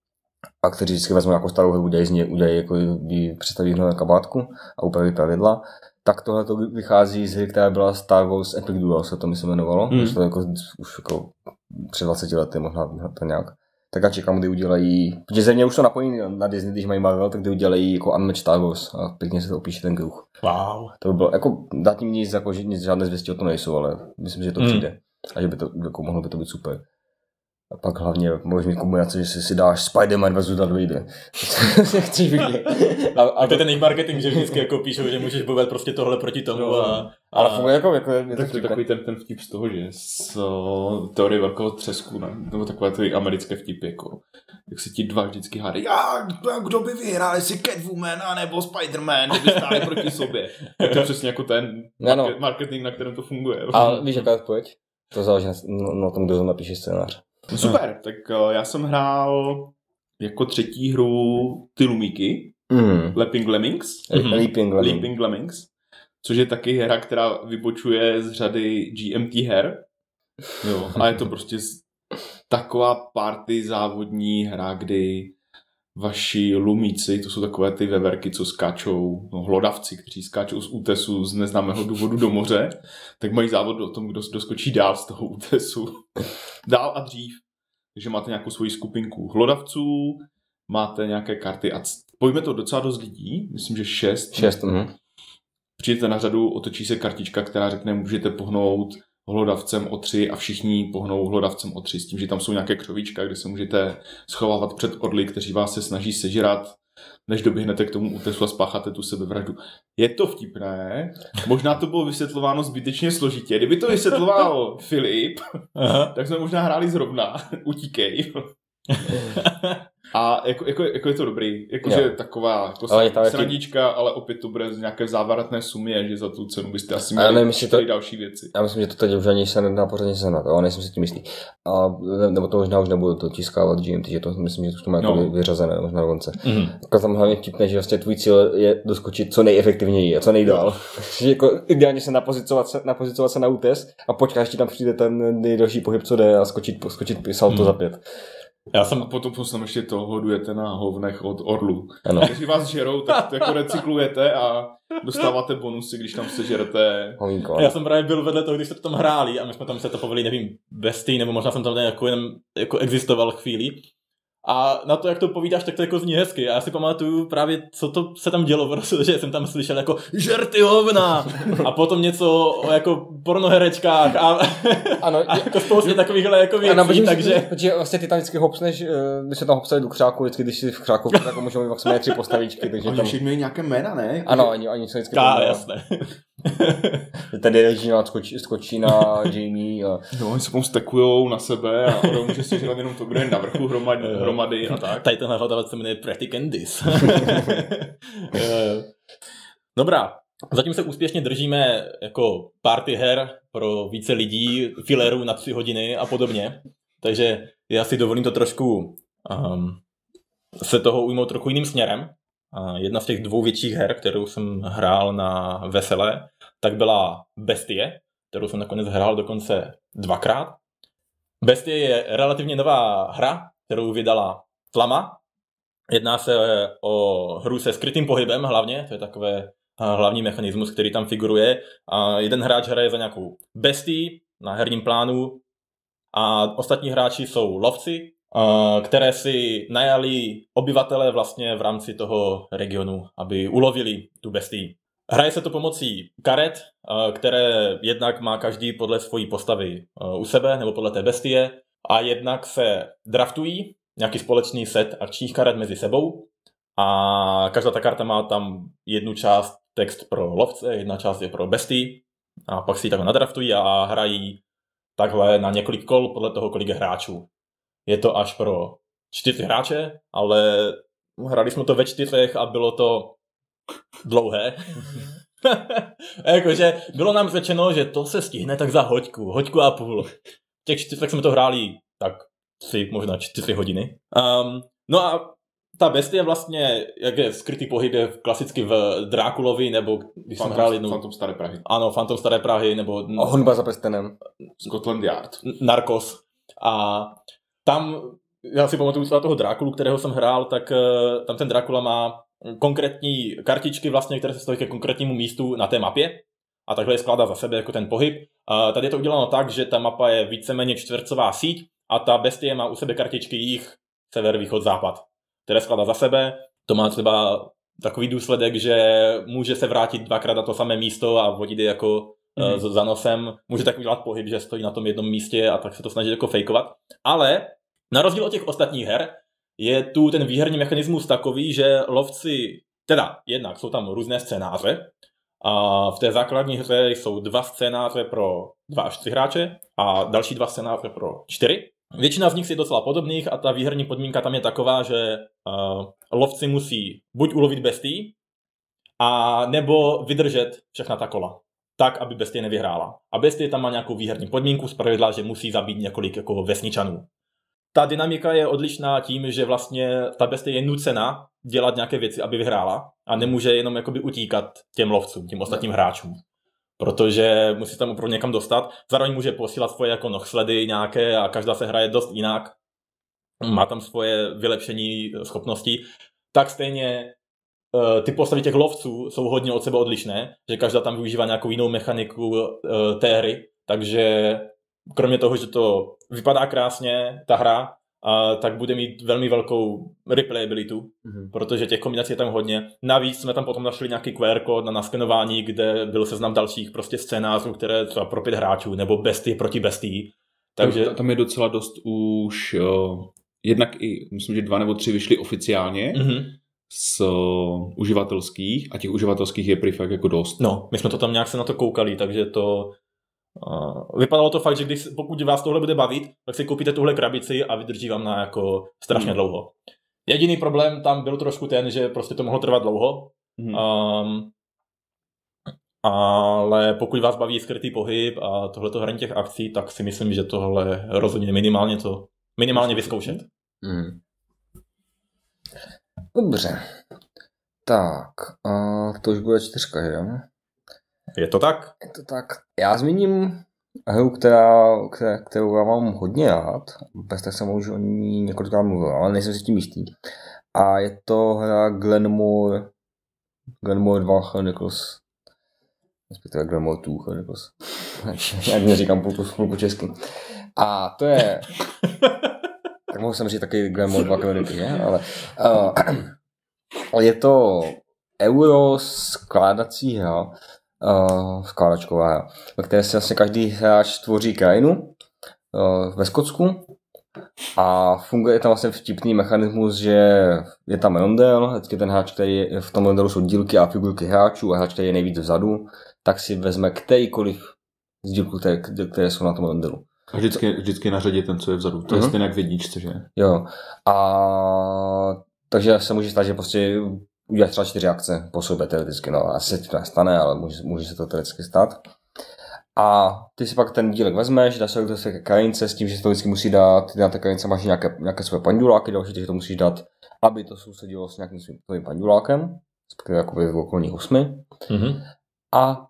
Speaker 3: a kteří vždycky vezmou jako starou hru, udělají z ní, udělají jako jí představí na kabátku a upraví pravidla. Tak tohle to vychází z hry, která byla Star Wars Epic Duel, se to mi se jmenovalo.
Speaker 1: Hmm.
Speaker 3: Hmm. To jako, už jako před dvaceti lety možná, možná to nějak. Tak já čekám, kdy udělají, protože země už to napojí na Disney, když mají Marvel, tak kdy udělají jako Unmatched Star Wars a pěkně se to opíše ten kruh.
Speaker 1: Wow.
Speaker 3: To by bylo, jako dát jim nic, jako, že nic, žádné zvěsti o to nejsou, ale myslím, že to
Speaker 1: Hmm.
Speaker 3: přijde. A že by to, jako mohlo by to být super. A pak hlavně můžeš mít kombinaci, že si, si dáš Spider-Man versus Darth Vader. Chceš vidět. A,
Speaker 1: A
Speaker 3: a
Speaker 1: to je ten jejich marketing, že vždycky jako píšou, že můžeš bojovat prostě tohle proti tomu
Speaker 4: No.
Speaker 1: a... a...
Speaker 3: ale funguje jako, jako je to
Speaker 4: Tak to je
Speaker 3: vtipné.
Speaker 4: takový ten, ten vtip z toho, že z uh, teorie velkého třesku, ne? Nebo takové ty americké vtipy, jako jak se ti dva vždycky hádají, já, kdo by vyhrál, jestli Catwoman a nebo Spider-Man, kdyby stáli proti sobě. Tak to je přesně jako ten
Speaker 3: Ano.
Speaker 4: market, marketing, na kterém to funguje.
Speaker 3: A víš, jaká je odpověď? To záleží na, na, na tom, kdo napíše scénář.
Speaker 4: No super, tak uh, já jsem hrál jako třetí hru ty Lumíky,
Speaker 3: Mm.
Speaker 4: Leaping Lemmings.
Speaker 1: Mhm.
Speaker 3: Leaping Lemon.
Speaker 4: Leaping Lemmings, což je taky hra, která vybočuje z řady G M T her. Jo, a je to prostě z- taková party závodní hra, kdy vaši lumíci, to jsou takové ty veverky, co skáčou, no, hlodavci, kteří skáčou z útesu z neznámého důvodu do moře, tak mají závod o tom, kdo doskočí dál z toho útesu. Dál a dřív. Takže máte nějakou svoji skupinku hlodavců, máte nějaké karty a c- pojme to docela dost lidí, myslím, že šest.
Speaker 3: Šest, mhm.
Speaker 4: Přijdete na řadu, otočí se kartička, která řekne, můžete pohnout hlodavcem o tři a všichni pohnou hlodavcem o tři. S tím, že tam jsou nějaké křovíčka, kde se můžete schovávat před orly, kteří vás se snaží sežrat, než doběhnete k tomu útesu a spácháte tu sebevraždu. Je to vtipné, možná to bylo vysvětlováno zbytečně složitě. Kdyby to vysvětloval Filip,
Speaker 1: Aha.
Speaker 4: tak jsme možná hráli zrovna, utíkej. A jako, jako, jako je to dobrý, jakože
Speaker 3: Jo.
Speaker 4: taková jako
Speaker 3: Ale je tam taky-
Speaker 4: srandička, ale opět to bude z nějaké závaratné sumě, že za tu cenu byste asi
Speaker 3: Ale
Speaker 4: měli
Speaker 3: nevím, jestli to-
Speaker 4: čtyři další věci.
Speaker 3: Já myslím, že to teď už ani se nedá pořádně sehnat, ale nejsem si tím jistý. A, ne- nebo to možná už nebudu to tiskávat G M T, že to myslím, že to už to má jako
Speaker 4: No.
Speaker 3: no. vyřazené, možná dokonce.
Speaker 1: Mhm.
Speaker 3: Jako tam hlavně vtipné, že vlastně tvůj cíl je doskočit co nejefektivněji a co nejdál. že jako ideálně se napozicovat se, napozicovat se na útes a počkat, až ti tam přijde ten nejdelší pohyb, co jde a skočit, skočit salto
Speaker 1: Mhm.
Speaker 3: za pět.
Speaker 1: Já
Speaker 4: A
Speaker 1: jsem...
Speaker 4: potom potom ještě to hodujete na hovnech od orlů.
Speaker 3: Ano.
Speaker 4: Když vás žerou, tak to jako recyklujete a dostáváte bonusy, když tam sežerete.
Speaker 3: Homínko.
Speaker 1: Já jsem právě byl vedle toho, když jste to tam hráli a my jsme tam se to povili, nevím, bestii, nebo možná jsem tam jako jenom jako existoval chvíli. A na to, jak to povídáš, tak to jako zní hezky. A já si pamatuju právě, co to se tam dělo, protože jsem tam slyšel jako žerty hovna a potom něco o jako pornoherečkách a,
Speaker 3: Ano,
Speaker 1: a jako spoustě takovýchhle jako věcí,
Speaker 3: ano, protože,
Speaker 1: takže...
Speaker 3: protože vlastně ty tam vždycky hopsneš, eh, když se tam hopsali do křáku, vždycky, když jsi v křáku, tak jako můžou mít maximálně tři postavičky, takže
Speaker 4: Oni
Speaker 3: tam...
Speaker 4: všichni mají nějaké jména, ne?
Speaker 3: Ano, oni, oni se vždycky...
Speaker 1: Ká,
Speaker 3: pomůžou.
Speaker 1: jasné.
Speaker 3: Tady Regina skočí, skočí na Jamie a...
Speaker 4: No, oni se potom stekujou na sebe a Oro může sežrat jenom to, kdo je na vrchu hromady, hromady a tak.
Speaker 1: Tady tenhle hledavač se jmenuje Pretty Candice. Dobrá. Zatím se úspěšně držíme jako party her pro více lidí, filerů na tři hodiny a podobně. Takže já si dovolím to trošku um, se toho ujmout trochu jiným směrem. A jedna z těch dvou větších her, kterou jsem hrál na Veselé, tak byla Bestie, kterou jsem nakonec hrál dokonce dvakrát. Bestie je relativně nová hra, kterou vydala Tlama. Jedná se o hru se skrytým pohybem hlavně, to je takové hlavní mechanismus, který tam figuruje. A jeden hráč hraje za nějakou bestii na herním plánu a ostatní hráči jsou lovci, které si najali obyvatele vlastně v rámci toho regionu, aby ulovili tu bestii. Hraje se to pomocí karet, které jednak má každý podle svojí postavy u sebe nebo podle té bestie a jednak se draftují nějaký společný set akčních karet mezi sebou a každá ta karta má tam jednu část text pro lovce, jedna část je pro bestii a pak si ji takhle nadraftují a hrají takhle na několik kol podle toho, kolik je hráčů. Je to až pro čtyři hráče, ale hrali jsme to ve čtyřech a bylo to dlouhé. Jakože bylo nám řečeno, že to se stihne tak za hoďku, hoďku a půl. V těch čtyřech jsme to hráli tak tři, možná čtyři hodiny. Um, no a ta bestie vlastně, jak je skrytý pohyb, je klasicky v Drákulovi, nebo když
Speaker 4: Phantom,
Speaker 1: jsem hrál jednu...
Speaker 4: Phantom Staré Prahy.
Speaker 1: Ano, Phantom Staré Prahy, nebo...
Speaker 3: A Honba za prstenem.
Speaker 4: Scotland Yard.
Speaker 1: Narcos. A tam, já si pamatuju z toho Drákulu, kterého jsem hrál, tak uh, tam ten Drákula má konkrétní kartičky vlastně, které se staví ke konkrétnímu místu na té mapě a takhle je skládá za sebe jako ten pohyb. A tady je to uděláno tak, že ta mapa je víceméně čtvercová síť a ta bestie má u sebe kartičky jih, sever, východ, západ, které skládá za sebe. To má třeba takový důsledek, že může se vrátit dvakrát na to samé místo a vodit je jako mm. za nosem. Může tak udělat pohyb, že stojí na tom jednom místě a tak se to snaží jako fejkovat. Ale na rozdíl od těch ostatních her je tu ten výherní mechanismus takový, že lovci, teda jednak jsou tam různé scénáře a v té základní hře jsou dva scénáře pro dva až tři hráče a další dva scénáře pro čtyři. Většina z nich je docela podobných a ta výherní podmínka tam je taková, že uh, lovci musí buď ulovit bestii, a nebo vydržet všechna ta kola, tak, aby bestie nevyhrála. A bestie tam má nějakou výherní podmínku, zpravidla, že musí zabít několik jako vesničanů. Ta dynamika je odlišná tím, že vlastně ta bestie je nucena dělat nějaké věci, aby vyhrála a nemůže jenom jakoby utíkat těm lovcům, těm ostatním hráčům. Protože musí tam opravdu někam dostat. Zároveň může posílat svoje jako nohsledy nějaké a každá se hraje dost jinak. Má tam svoje vylepšení schopnosti. Tak stejně ty postavy těch lovců jsou hodně od sebe odlišné, že každá tam využívá nějakou jinou mechaniku té hry. Takže kromě toho, že to vypadá krásně, ta hra, a tak bude mít velmi velkou replayabilitu, mm-hmm. protože těch kombinací je tam hodně. Navíc jsme tam potom našli nějaký Q R kód na naskenování, kde byl seznam dalších prostě scénářů, které třeba pro pět hráčů, nebo bestie proti bestii. Takže
Speaker 4: tam, tam je docela dost už, uh, jednak i, myslím, že dva nebo tři vyšly oficiálně mm-hmm. z uh, uživatelských a těch uživatelských je prý fakt jako dost.
Speaker 1: No, my jsme to tam nějak se na to koukali, takže to Uh, vypadalo to fakt, že když, pokud vás tohle bude bavit, tak si koupíte tuhle krabici a vydrží vám na jako strašně mm. dlouho. Jediný problém tam byl trošku ten, že prostě to mohlo trvat dlouho. Mm. Um, ale pokud vás baví skrytý pohyb a tohleto hraní těch akcí, tak si myslím, že tohle rozhodně minimálně to minimálně vyzkoušet.
Speaker 3: Mm. Dobře. Tak, uh, to už bude čtyřka, že jo?
Speaker 1: Je to tak?
Speaker 3: Je to tak. Já zmíním hru, která, kterou já mám hodně rád. Bez tak jsem už o ní několikrát mluvil, ale nejsem si tím jistý. A je to hra Glenmore Glenmore dva Chronicles. Respektive Glenmore dva Chronicles. Jak neříkám půlku, půlku česky. A to je... tak mohu jsem říct taky Glenmore dva Chronicles, ne? Ale uh, je to euro skládací hra, Uh, skládačková hra, ve které si vlastně každý hráč tvoří krajinu uh, ve Skotsku a funguje tam vlastně vtipný mechanismus, že je tam rondel, vždycky ten hráč, který je, v tom rondelu jsou dílky a figurky hráčů a hráč, který je nejvíc vzadu, tak si vezme kterýkoliv z dílků, které, které jsou na tom rondelu.
Speaker 4: A vždycky, vždycky na řadě ten, co je vzadu. To uh-huh. je stejně jak v jedničce, že?
Speaker 3: Jo. A takže se může stát, že prostě udělat třeba čtyři akce po sobě teoreticky, no asi se to nestane, ale může, může se to teoreticky stát. A ty si pak ten dílek vezmeš, dáš se do té krajince s tím, že se to vždycky musí dát, ty na té krajince máš nějaké, nějaké své panduláky, další, takže to musíš dát, aby to sousedilo s nějakým svým pandulákem, respektive jakoby v okolních osmi. Mm-hmm. A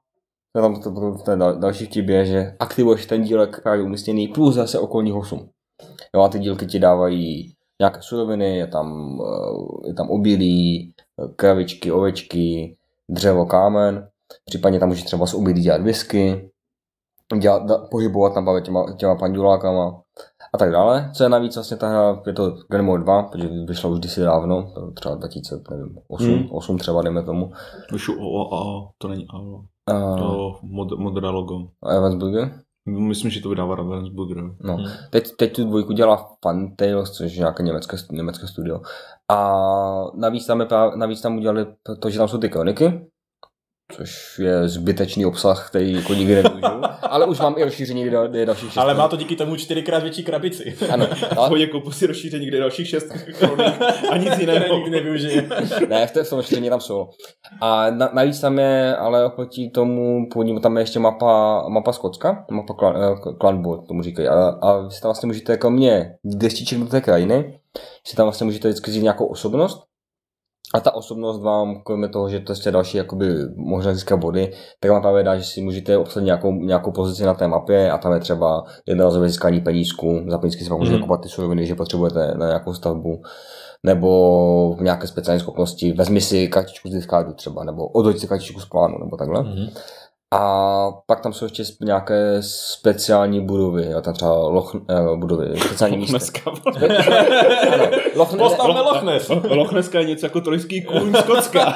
Speaker 3: tam to, to, to, to další vtip je, že aktivuješ ten dílek právě umístěný plus zase okolních osm. Jo, a ty dílky ti dávají nějaké suroviny, je tam, je tam obilí, kravičky, ovečky, dřevo, kámen, případně tam můžeš třeba z obilí dělat whisky, dělat, da, pohybovat tam právě těma, těma pandulákama a tak dále. Co je navíc vlastně ta hra, je to Gunmore dva, protože vyšla už kdysi dávno, třeba dva tisíce osm, hmm. osm třeba dejme tomu.
Speaker 4: Vyšlo o A A, to není A A, to mod, modré logo.
Speaker 3: A Ravensburger?
Speaker 4: Myslím, že to vydává Ravensburger.
Speaker 3: No, hmm. teď, teď tu dvojku dělá Funtails, což je nějaké německé, německé studio. A navíc tam, je právě, navíc tam udělali to, že tam jsou ty kroniky, což je zbytečný obsah, který jako nikdy nevyužiju. Ale už mám i rozšíření, kde je dalších šest.
Speaker 1: Ale má to díky tomu čtyřikrát větší krabici.
Speaker 3: Ano.
Speaker 4: Ale... Pojď koupu si rozšíření, kde je dalších šest kronik a nic jiného
Speaker 1: nikdy nevyužije.
Speaker 3: Ne, v tom rozšíření tam jsou. A na, navíc tam je, ale oproti tomu původnímu, tam je ještě mapa, mapa Skotska, mapa Clanboard, tomu říkají. A, a vy si tam vlastně můžete, kromě destiček do té krajiny, si tam vlastně můžete vždycky vzít nějakou osobnost. A ta osobnost vám, kromě toho, že to je další jakoby možná získat body, tak vám právě dá, že si můžete obsadit nějakou, nějakou pozici na té mapě a tam je třeba jednorázové získání penízku, za penízky si pak můžete mm. kupovat ty suroviny, že potřebujete na nějakou stavbu, nebo nějaké speciální schopnosti, vezmi si kartičku z discardu třeba, nebo odhoď si kartičku z plánu, nebo takhle. Mm. A pak tam jsou ještě nějaké speciální budovy, jo, tam třeba loch, eh, budovy, speciální místa.
Speaker 1: Postavme Loch Ness.
Speaker 3: Loch
Speaker 4: Ness je něco jako trojský kůň Skotska.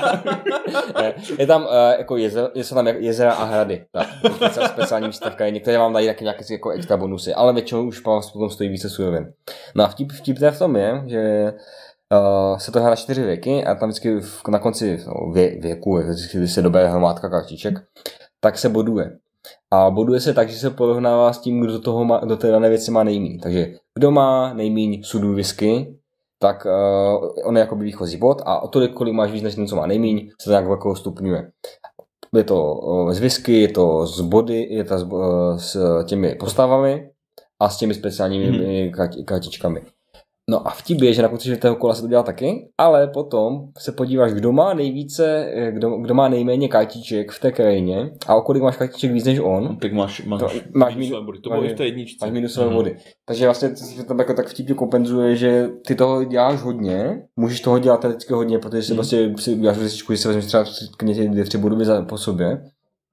Speaker 3: Je tam uh, jako jezera, jsou tam jezera a hrady, tak, speciální místa v krajině, které vám dají taky nějaké jako extra bonusy, ale většinou už potom stojí více surovin. No a vtip, vtip v tom je, že Uh, se to hraje na čtyři věky a tam vždycky v, na konci no, vě, věku, vždycky, když se dobere hromádka kartiček, tak se boduje. A boduje se tak, že se porovnává s tím, kdo, toho má, kdo té dané věci má nejmíň. Takže kdo má nejmíň sudů whisky, tak uh, on je jako by výchozí bod a o tolik, kolik máš víc než ten, co má nejmíň, se to nějak jako stupňuje. Je to uh, z whisky, je to z body, je to s, uh, s těmi postavami a s těmi speciálními hmm. kartičkami. No a vtip je, že na konci toho kola se to dělá taky, ale potom se podíváš, kdo má nejvíce, kdo, kdo má nejméně kartiček v té krajině a o kolik máš kartiček víc než on.
Speaker 4: Tak máš, máš,
Speaker 3: to, máš
Speaker 4: minusové body, to bylo i v té jedničce.
Speaker 3: Máš minusové mm. body. Takže vlastně to tam jako tak vtipně kompenzuje, že ty toho děláš hodně, můžeš toho dělat vždycky hodně, protože si mm. vlastně si děláš vždycky, že si vezmeš třeba dvě, tři budovy za, po sobě.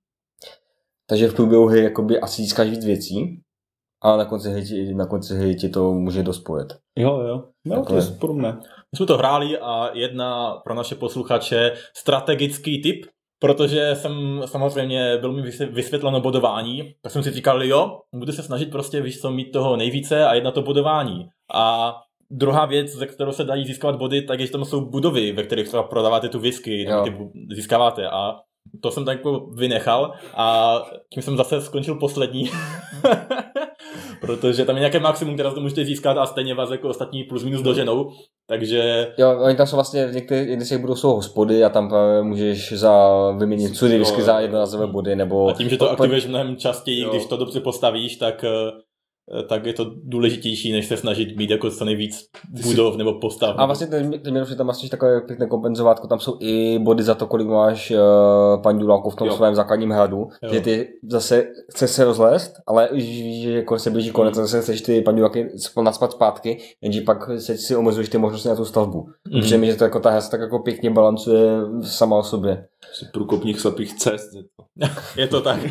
Speaker 3: Takže v průběhu hry jakoby asi získáš víc věcí. A na konci hry, na konci hry ti to může dospojit.
Speaker 4: Jo, jo. No, to je podobné.
Speaker 1: My jsme to hráli a jedna pro naše posluchače strategický tip, protože jsem samozřejmě byl mi vysvětleno bodování, tak jsem si říkal, jo, budu se snažit prostě, víš co, mít toho nejvíce a jedna to bodování. A druhá věc, ze kterou se dají získávat body, tak je, že tam jsou budovy, ve kterých třeba prodáváte tu whisky, ty získáváte a to jsem tak jako vynechal a tím jsem zase skončil poslední. Protože tam je nějaké maximum, které to můžete získat a stejně vás jako ostatní plus minus doženou, takže...
Speaker 3: Jo, oni tam jsou vlastně, v některých těch budou jsou hospody a tam můžeš za vyměnit cudy whisky za jednorázové body, nebo...
Speaker 1: A tím, že to aktivuješ mnohem častěji, jo. Když to dobře postavíš, tak... tak je to důležitější, než se snažit mít jako co nejvíc budov nebo postav.
Speaker 3: A vlastně ten měl, že tam máš takové pěkné kompenzovátko, tam jsou i body za to, kolik máš uh, panduláků v tom jo. svém základním hradu, jo. Že ty zase chceš se rozlézt, ale už víš, že se blíží konec, mm. zase chceš ty panduláky naspat zpátky, jenže pak se si omezuješ ty možnosti na tu stavbu. Mm. Přijde mi, že to jako ta hra se tak jako pěkně balancuje sama o sobě.
Speaker 4: Jsi průkopních slepých cest.
Speaker 1: Je to tak.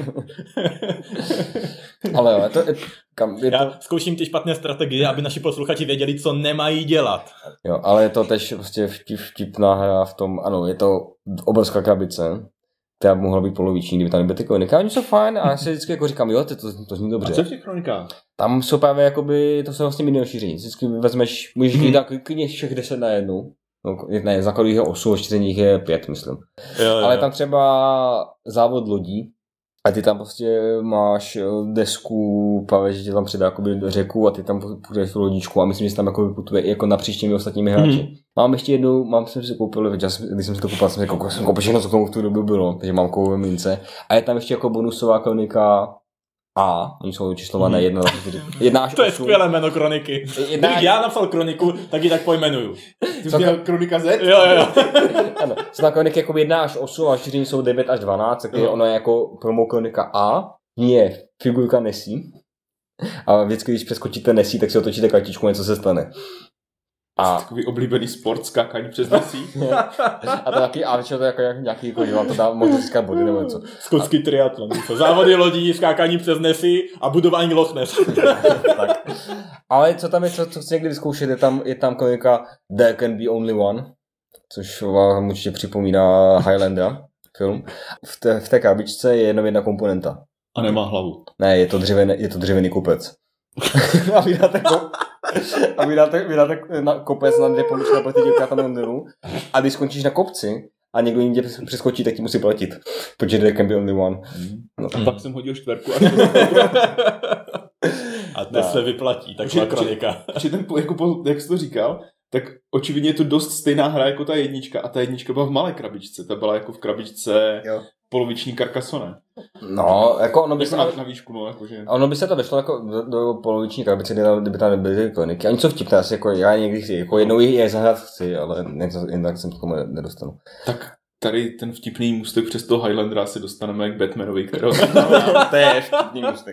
Speaker 3: Ale jo, je to... Kam, je
Speaker 1: Já
Speaker 3: to...
Speaker 1: zkouším ty špatné strategie, aby naši posluchači věděli, co nemají dělat.
Speaker 3: Jo, ale je to tež prostě vtip, vtipná hra v tom, ano, je to obrovská krabice, která by mohla být poloviční, kdyby tam nebyly ty kroniky. Oni jsou fajn a já si vždycky jako říkám, jo, to, to, to zní dobře.
Speaker 4: A co v těch kronikách?
Speaker 3: Tam jsou právě jakoby, to jsou vlastně mini rozšíření. Vždycky vezmeš, můžeš hmm. dát klidně všech deset na jednu. No, ne, základů je osm, čtyři je pět, myslím.
Speaker 1: Jo, jo,
Speaker 3: ale tam třeba závod lodí, a ty tam prostě máš desku, právě, že tě tam předá jakoby řeku a ty tam půjdeš tu lodičku a myslím, že tam jako putuje jako napříč těmi ostatními hráči. Hmm. Mám ještě jednu, mám jsem si koupil, když jsem si to koupil, jsem si koupil, jsem koupil všechno, co k tomu v tu dobu bylo, takže mám koupil mince. A je tam ještě jako bonusová kronika A, oni jsou číslované jedna až osm.
Speaker 1: To je skvělé jméno kroniky.
Speaker 3: Jedna...
Speaker 1: Kdybych já napsal kroniku, tak ji tak pojmenuju.
Speaker 4: Ty jsi měl kronika Z?
Speaker 1: Jo, jo, jo.
Speaker 3: Ano, jsou tam kroniky jako jedna až osm a čtyři jsou devět až dvanáct, tak je ono je jako promo kronika A, ní je figurka Nessie. A vždycky, když přeskočíte Nessie, tak si otočíte kartičku, něco se stane.
Speaker 4: A takový oblíbený sport, skákání přes Nessie.
Speaker 3: A to taky, a většinou to je jako nějaký, jako, že vám to dá možnost získat body nebo něco.
Speaker 1: Skotský triatlon. Závody lodí, skákání přes Nessie a budování Loch Ness.
Speaker 3: Tak. Ale co tam je, co, co chci někdy vyzkoušet, je tam, je tam kronika There Can Be Only One, což vám určitě připomíná Highlander film. V té, v té krabičce je jenom jedna komponenta.
Speaker 4: A nemá hlavu.
Speaker 3: Ne, je to dřevěný, je to dřevěný kopec. A vy dáte, ko, a vy dáte, vy dáte na kopec na dvě pomůžky proti děvkátám a když skončíš na kopci a někdo jiný tě přeskočí, tak ti musí platit. Protože there can be only one.
Speaker 4: No. A pak jsem hodil čtverku.
Speaker 1: A to se vyplatí, taková kronika.
Speaker 4: Že ten, jako, jak jsi to říkal, tak očividně je to dost stejná hra jako ta jednička a ta jednička byla v malé krabičce. Ta byla jako v krabičce jo. Poloviční Carcassonne.
Speaker 3: No, jako ono by
Speaker 4: jako
Speaker 3: se...
Speaker 4: Na, na výšku, no, jakože...
Speaker 3: Ono by se to vešlo jako do, do poloviční krabice, kdyby tam nebyly kroniky. Oni jsou vtipné, asi jako já někdy chci, jako jednou je zahrát chci, ale jinak jsem k tomu nedostanu.
Speaker 4: Tak tady ten vtipný můstek přes toho Highlandera si dostaneme k Batmanovi, kterou...
Speaker 3: To je vtipný můstek.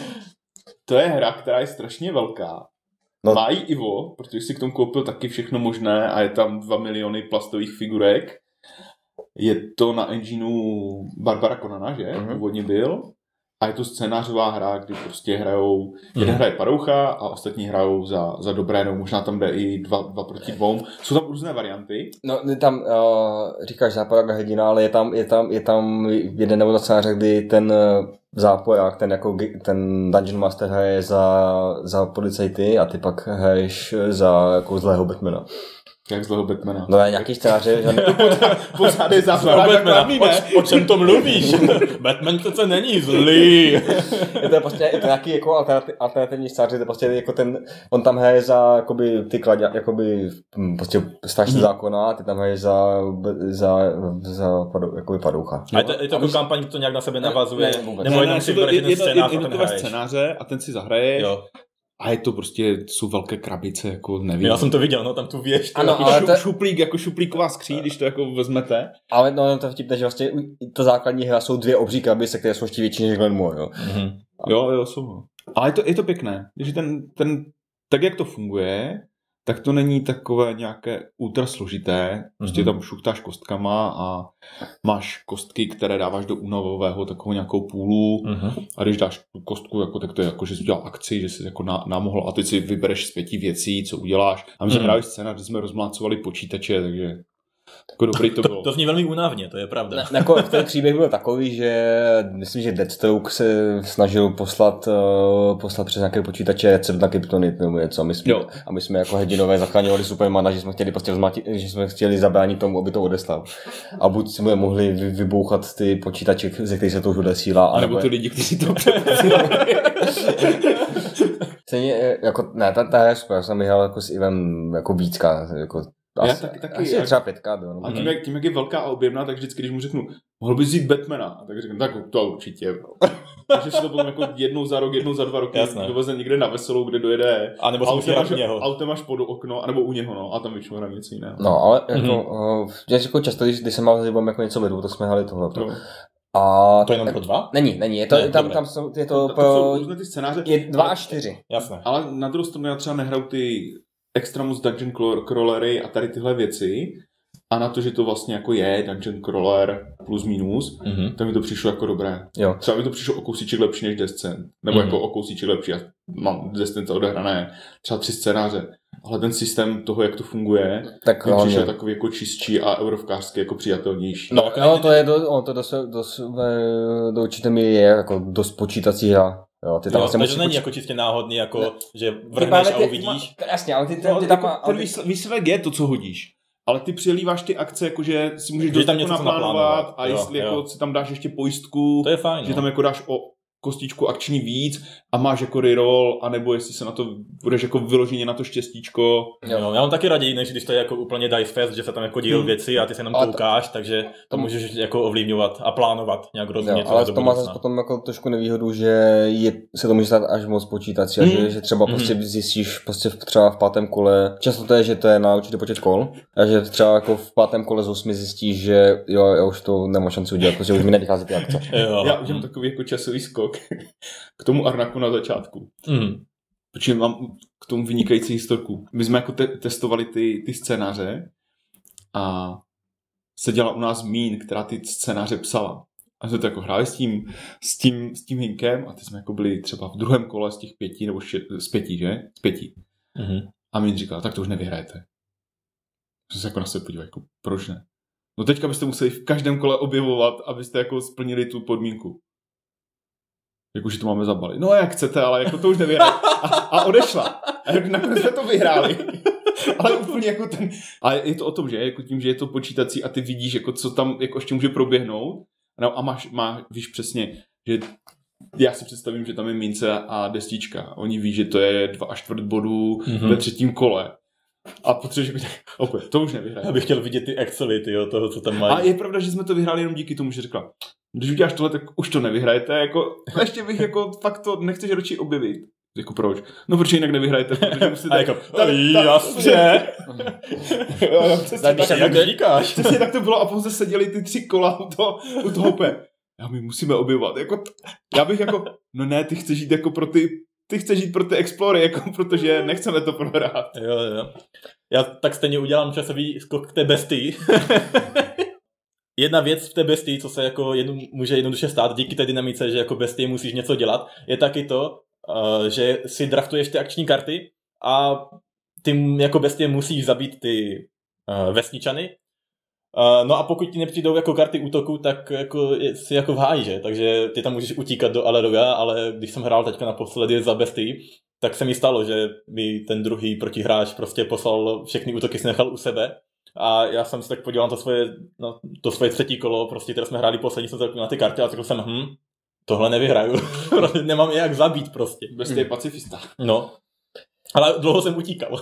Speaker 4: To je hra, která je strašně velká. No. Má jí Ivo, protože si k tomu koupil taky všechno možné a je tam dva miliony plastových figurek. Je to na engineu Barbara Conana, že? Mm-hmm. Původně byl. A je to scénářová hra, kdy prostě hrajou, jeden mm. hraje padoucha a ostatní hrajou za, za dobré, no možná tam jde i dva, dva proti dvou. Jsou tam různé varianty.
Speaker 3: No, tam uh, říkáš záporák a hrdina, ale je tam, je tam, je tam jeden nebo scénáře, kdy ten uh, záporák, ten, jako, ten Dungeon Master hraje za, za policajty a ty pak hraješ za jako zlého Batmana.
Speaker 4: Jak zlého Batmana?
Speaker 3: No je nějaký scénáře, že...
Speaker 4: Pořád je záporák Batmana.
Speaker 1: O, o čem to mluvíš? Batman přece není zlý.
Speaker 3: Je to prostě je to nějaký jako alternativ, alternativní scénář, to prostě jako ten, on tam hraje za jakoby, ty kladě, jakoby prostě strážce zákona a ty tam hraje za, za, za padou, jakoby padoucha.
Speaker 1: A je to, je to jako kampaň, to nějak na sebe navazuje?
Speaker 3: Ne, ne,
Speaker 1: nebo jenom si vybereš jeden scénář a ten hraješ?
Speaker 4: Scénáře a ten si zahraješ. Jo. A je to prostě, jsou velké krabice, jako nevím.
Speaker 1: Já jsem to viděl, no tam tu věž.
Speaker 3: Ano,
Speaker 4: ale
Speaker 3: šu,
Speaker 4: to... šuplík, jako šuplíková skříň, když to jako vezmete.
Speaker 3: Ale no, to vtipné, že vlastně ta základní hra jsou dvě obří krabice, které jsou ještě větší než Glenmore, jo.
Speaker 4: Mm-hmm. Jo, jo, jsou. Ale je to, je to pěkné, že ten, ten, tak jak to funguje, tak to není takové nějaké ultra složité, prostě mm-hmm. tam šuchtáš kostkama a máš kostky, které dáváš do únavového takovou nějakou půlu mm-hmm. a když dáš tu kostku, jako, tak to je jako, že jsi udělal akci, že jsi jako namohl a ty si vybereš z pěti věcí, co uděláš. A my jsme mm-hmm. hráli scénář, kde jsme rozmlácovali počítače, takže jako dobrý to bylo.
Speaker 1: To, to zní velmi únavně, to je pravda.
Speaker 3: Ne, jako ten příběh byl takový, že myslím, že Deathstroke se snažil poslat, uh, poslat přes nějaké počítače recept na kryptonit nebo něco. A my jsme, a my jsme jako hrdinové zachraňovali Supermana, že jsme chtěli prostě vzmatit, že jsme chtěli zabránit tomu, aby to odeslal. A buď jsme mohli vy, vybouchat ty počítače, ze kterých se to už odesílá.
Speaker 4: A nebo ty lidi, kteří to
Speaker 3: Stejně, jako, ne, ta, ta je super, jsem hrál jako s Ivem jako vícka, jako
Speaker 4: Asi,
Speaker 3: já taky, taky,
Speaker 4: asi
Speaker 3: jak, třeba pětka byl.
Speaker 4: A tím jak, tím, jak je velká a objevná, tak vždycky, když mu řeknu, mohl bys vzít Batmana, tak řeknu, tak to určitě. Takže si to potom jako jednou za rok, jednou za dva roky doveze někde na veselou, kde dojede
Speaker 1: a nebo autem, až,
Speaker 4: autem až pod okno, anebo u něho, no, a tam většinou hraje něco jiného.
Speaker 3: No, ale jako, mm-hmm. uh, jako často, když, když jsem mal s Ibom jako něco vedu, tak jsme hráli tohle. No. A
Speaker 1: to je jenom pro dva?
Speaker 3: Není, není, je to, ne, tam, tam jsou, je to, to, to
Speaker 4: jsou různé ty scénáře.
Speaker 3: Je dva až čtyři.
Speaker 1: Jasné.
Speaker 4: Ale na druhou stranu já třeba nehraju ty extra moc dungeon crawlery a tady tyhle věci a na to, že to vlastně jako je dungeon crawler plus minus, mm-hmm. tak mi to přišlo jako dobré.
Speaker 3: Jo.
Speaker 4: Třeba mi to přišlo o kousíček lepší než Descent, nebo mm-hmm. jako o kousíček lepší. Já mám Descent odehrané třeba tři scénáře, ale ten systém toho, jak to funguje, tak mi přišel takový jako čistší a eurovkářský jako přijatelnější.
Speaker 3: No, no to je do, on to dost, dost, do určité míry je jako dost počítací hra. Jo, ty tam
Speaker 1: jo, takže není
Speaker 3: počít...
Speaker 1: jako čistě náhodný, jako, ne. Že vrhneš a uvidíš.
Speaker 3: Ty, jasně, ale ty, ty,
Speaker 4: no,
Speaker 3: ty tam
Speaker 4: jako,
Speaker 3: má...
Speaker 4: Ten ty... výsledek je to, co hodíš. Ale ty přilíváš ty akce, jakože si můžeš dost
Speaker 1: tam
Speaker 4: jako
Speaker 1: něco
Speaker 4: naplánovat a
Speaker 1: jo,
Speaker 4: jestli
Speaker 1: jo.
Speaker 4: jako si tam dáš ještě pojistku,
Speaker 1: to je fajn,
Speaker 4: že
Speaker 1: no.
Speaker 4: tam jako dáš o kostičku akční víc a máš jako reroll, anebo jestli se na to budeš jako vyloženě na to štěstíčko.
Speaker 1: Jo, já mám taky raději, než když to je jako úplně dice fest, že se tam jako dějou hmm. věci a ty se jenom koukáš, takže to můžeš jako ovlivňovat a plánovat nějak rozhodně.
Speaker 3: Jo, ale to má zase potom jako trošku nevýhodu, že je, se to může stát až moc počítací, hmm. že, že třeba hmm. prostě zjistíš prostě třeba v pátém kole, často to je, že to je na určitý počet kol, a že třeba jako v pátém kole z osmi zjistíš, že jo, já už to nemám šanci udělat, protože už mi nevychází ty akce.
Speaker 4: Já už mám takový jako časový skok k tomu Arnaku na začátku. Mm. Protože mám k tomu vynikající historku. My jsme jako te- testovali ty, ty scénáře a seděla u nás Mín, která ty scénáře psala. A jsme to jako hráli s tím, s tím, s tím Hinkem a ty jsme jako byli třeba v druhém kole z těch pěti, nebo še- z pěti, že? Z pěti. Mm-hmm. A Mín říkala, tak to už nevyhrajete. Že se jako na sebe podívat, jako proč ne? No teďka byste museli v každém kole objevovat, abyste jako splnili tu podmínku. Jakože to máme zabalit. No jak chcete, ale jako to už nevyhraje. A, a odešla. A jak nakonec jsme to vyhráli. Ale úplně jako ten... Ale je to o tom, že jako tím, že je to počítací a ty vidíš, jako co tam jako ještě může proběhnout. No a máš, máš, víš přesně, že já si představím, že tam je mince a destička. Oni ví, že to je dva a čtvrt bodů mm-hmm. ve třetím kole. A potřebuješ jako opět, to už nevyhraje.
Speaker 1: Já bych chtěl vidět ty Excelity, jo, toho, co tam mají.
Speaker 4: A je pravda, že jsme to vyhráli jenom díky tomu, že řekla, když uděláš tohle, tak už to nevyhrajete, jako, ještě bych jako fakt to nechceš radši objevit. Jako proč? No protože jinak nevyhrajete, protože musíte...
Speaker 1: A jako, tady, jasně.
Speaker 4: Přesně tak, jak říkáš. Přesně tak to bylo a pouze seděli ty tři kola u toho, u toho pe. Já my musíme objevovat, jako, já bych jako, no ne, ty chceš jít jako pro ty, ty chceš jít pro ty explory, jako, protože nechceme to prohrát.
Speaker 1: Jo, jo. Já tak stejně udělám časový skok k té bestii. Jedna věc v té bestii, co se jako jednu, může jednoduše stát díky té dynamice, že jako bestii musíš něco dělat, je taky to, uh, že si draftuješ ty akční karty a ty jako bestie musíš zabít ty uh, vesničany. Uh, no a pokud ti nepřijdou jako karty útoku, tak jako si jako v háji, že? Takže ty tam můžeš utíkat do Aleroga, ale když jsem hrál teďka naposledy za bestii, tak se mi stalo, že mi ten druhý protihráč prostě poslal všechny útoky, si nechal u sebe. A já jsem se tak podíval na to svoje, na to svoje třetí kolo, prostě které jsme hráli poslední, jsem se na ty karty a řekl jsem, hm, tohle nevyhraju, nemám je jak zabít prostě.
Speaker 4: Bestie je pacifista.
Speaker 1: No, ale dlouho jsem utíkal.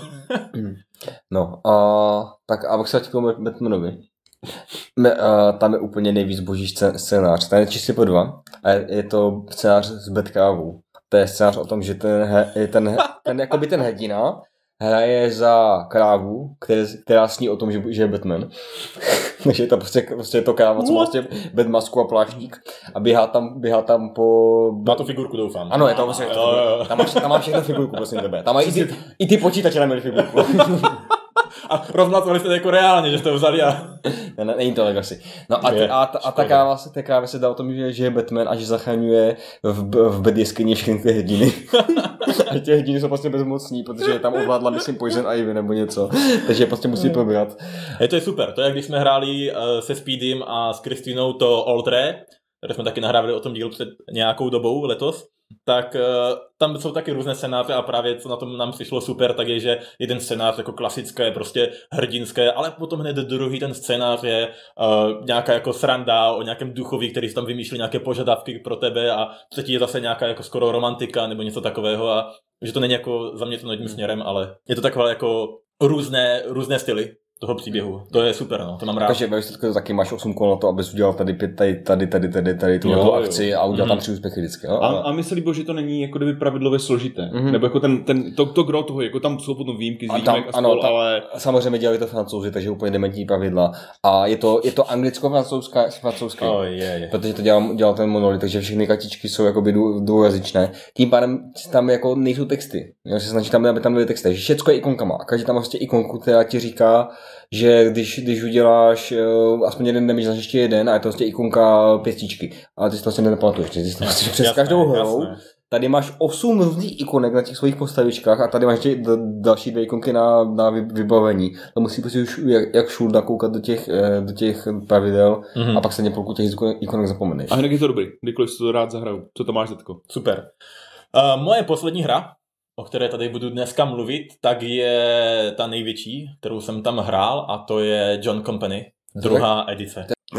Speaker 3: No, a tak abych se vrátil k Batmanovi. Me, a, tam je úplně nejvíc boží scénář, ten je čistě po dva a je, je to scénář s Batcavou. To je scénář o tom, že ten, he, ten, ten, jakoby ten hrdina hraje za krávu, které, která sní o tom, že, že je Batman. Takže je to prostě, prostě je to kráva, co má vlastně Batmasku a pláštík a běhá tam, běhá tam po...
Speaker 1: Má to figurku, doufám.
Speaker 3: Ano, je to vlastně, tam máš, tam máš všechno figurku, prosím tebe. Tam mají i ty, i ty počítače tam měli figurku.
Speaker 1: A rozmlacovali jste to jako reálně, že jste to vzali a...
Speaker 3: Ne, ne, není to legacy. No a, t- a, t- a ta kráva se, té krávě se dá o tom, že, že je Batman a že zachraňuje v, v bed jeskyni všechny ty hrdiny. A ty hrdiny jsou prostě bezmocní, protože tam ovládla, myslím, Poison Ivy nebo něco. Takže prostě musí probrat.
Speaker 1: Je to je super. To je, jak když jsme hráli uh, se Speedym a s Kristinou to Oltre, které jsme taky nahrávali o tom díl před nějakou dobou letos. Tak uh, tam jsou taky různé scénáře a právě co na tom nám přišlo super, tak je, že jeden scénář jako klasické, prostě hrdinské, ale potom hned druhý ten scénář je uh, nějaká jako sranda o nějakém duchovi, který si tam vymýšlí nějaké požadavky pro tebe a třetí je zase nějaká jako skoro romantika nebo něco takového a že to není jako zaměřeno jedním směrem, ale je to takové jako různé, různé styly toho příběhu. To je super, no, to mám rád.
Speaker 3: Takže ve výsledku taky máš osm kol na to, abys udělal tady pět, tady, tady, tady, tady, tady tu akci jo. A udělal mm. tam tři úspěchy vždycky. Jo?
Speaker 4: A, a mi se líbilo, že to není jako kdyby pravidlově složité. Mm-hmm. Nebo jako ten, ten, to, to gro toho, jako tam jsou potom výjimky z výjimek a, tam, a spol, ano, ale...
Speaker 3: Samozřejmě dělali to Francouzi, takže úplně dementní pravidla. A je to, je to anglicko-francouzské, francouzské,
Speaker 1: oh, yeah, yeah.
Speaker 3: protože to dělal, dělal ten Monolith, takže všechny kartičky jsou jakoby dvoujazyčné. Tím pádem tam jako nejsou texty. Jo, se snaží tam, aby tam byly texty. Všechno je ikonkama. A každý tam vlastně ikonku, která ti říká, že když, když uděláš uh, aspoň jeden damage, znaš ještě jeden a je to vlastně ikonka pěstičky. Ale ty si to vlastně nepamatuješ. Ty si to vlastně přes jasné, každou hrou. Jasné. Tady máš osm různých ikonek na těch svých postavičkách a tady máš ještě d- další dvě ikonky na, na vybavení. To musí prostě už jak, jak šulda koukat do těch, do těch pravidel mm-hmm. a pak se několik těch ikonek zapomeneš.
Speaker 4: A hned je to dobrý, kdykoliv si to rád zahraju. Co to máš, Zetko?
Speaker 1: Super. Uh, moje poslední hra, o které tady budu dneska mluvit, tak je ta největší, kterou jsem tam hrál a to je John Company, druhá edice.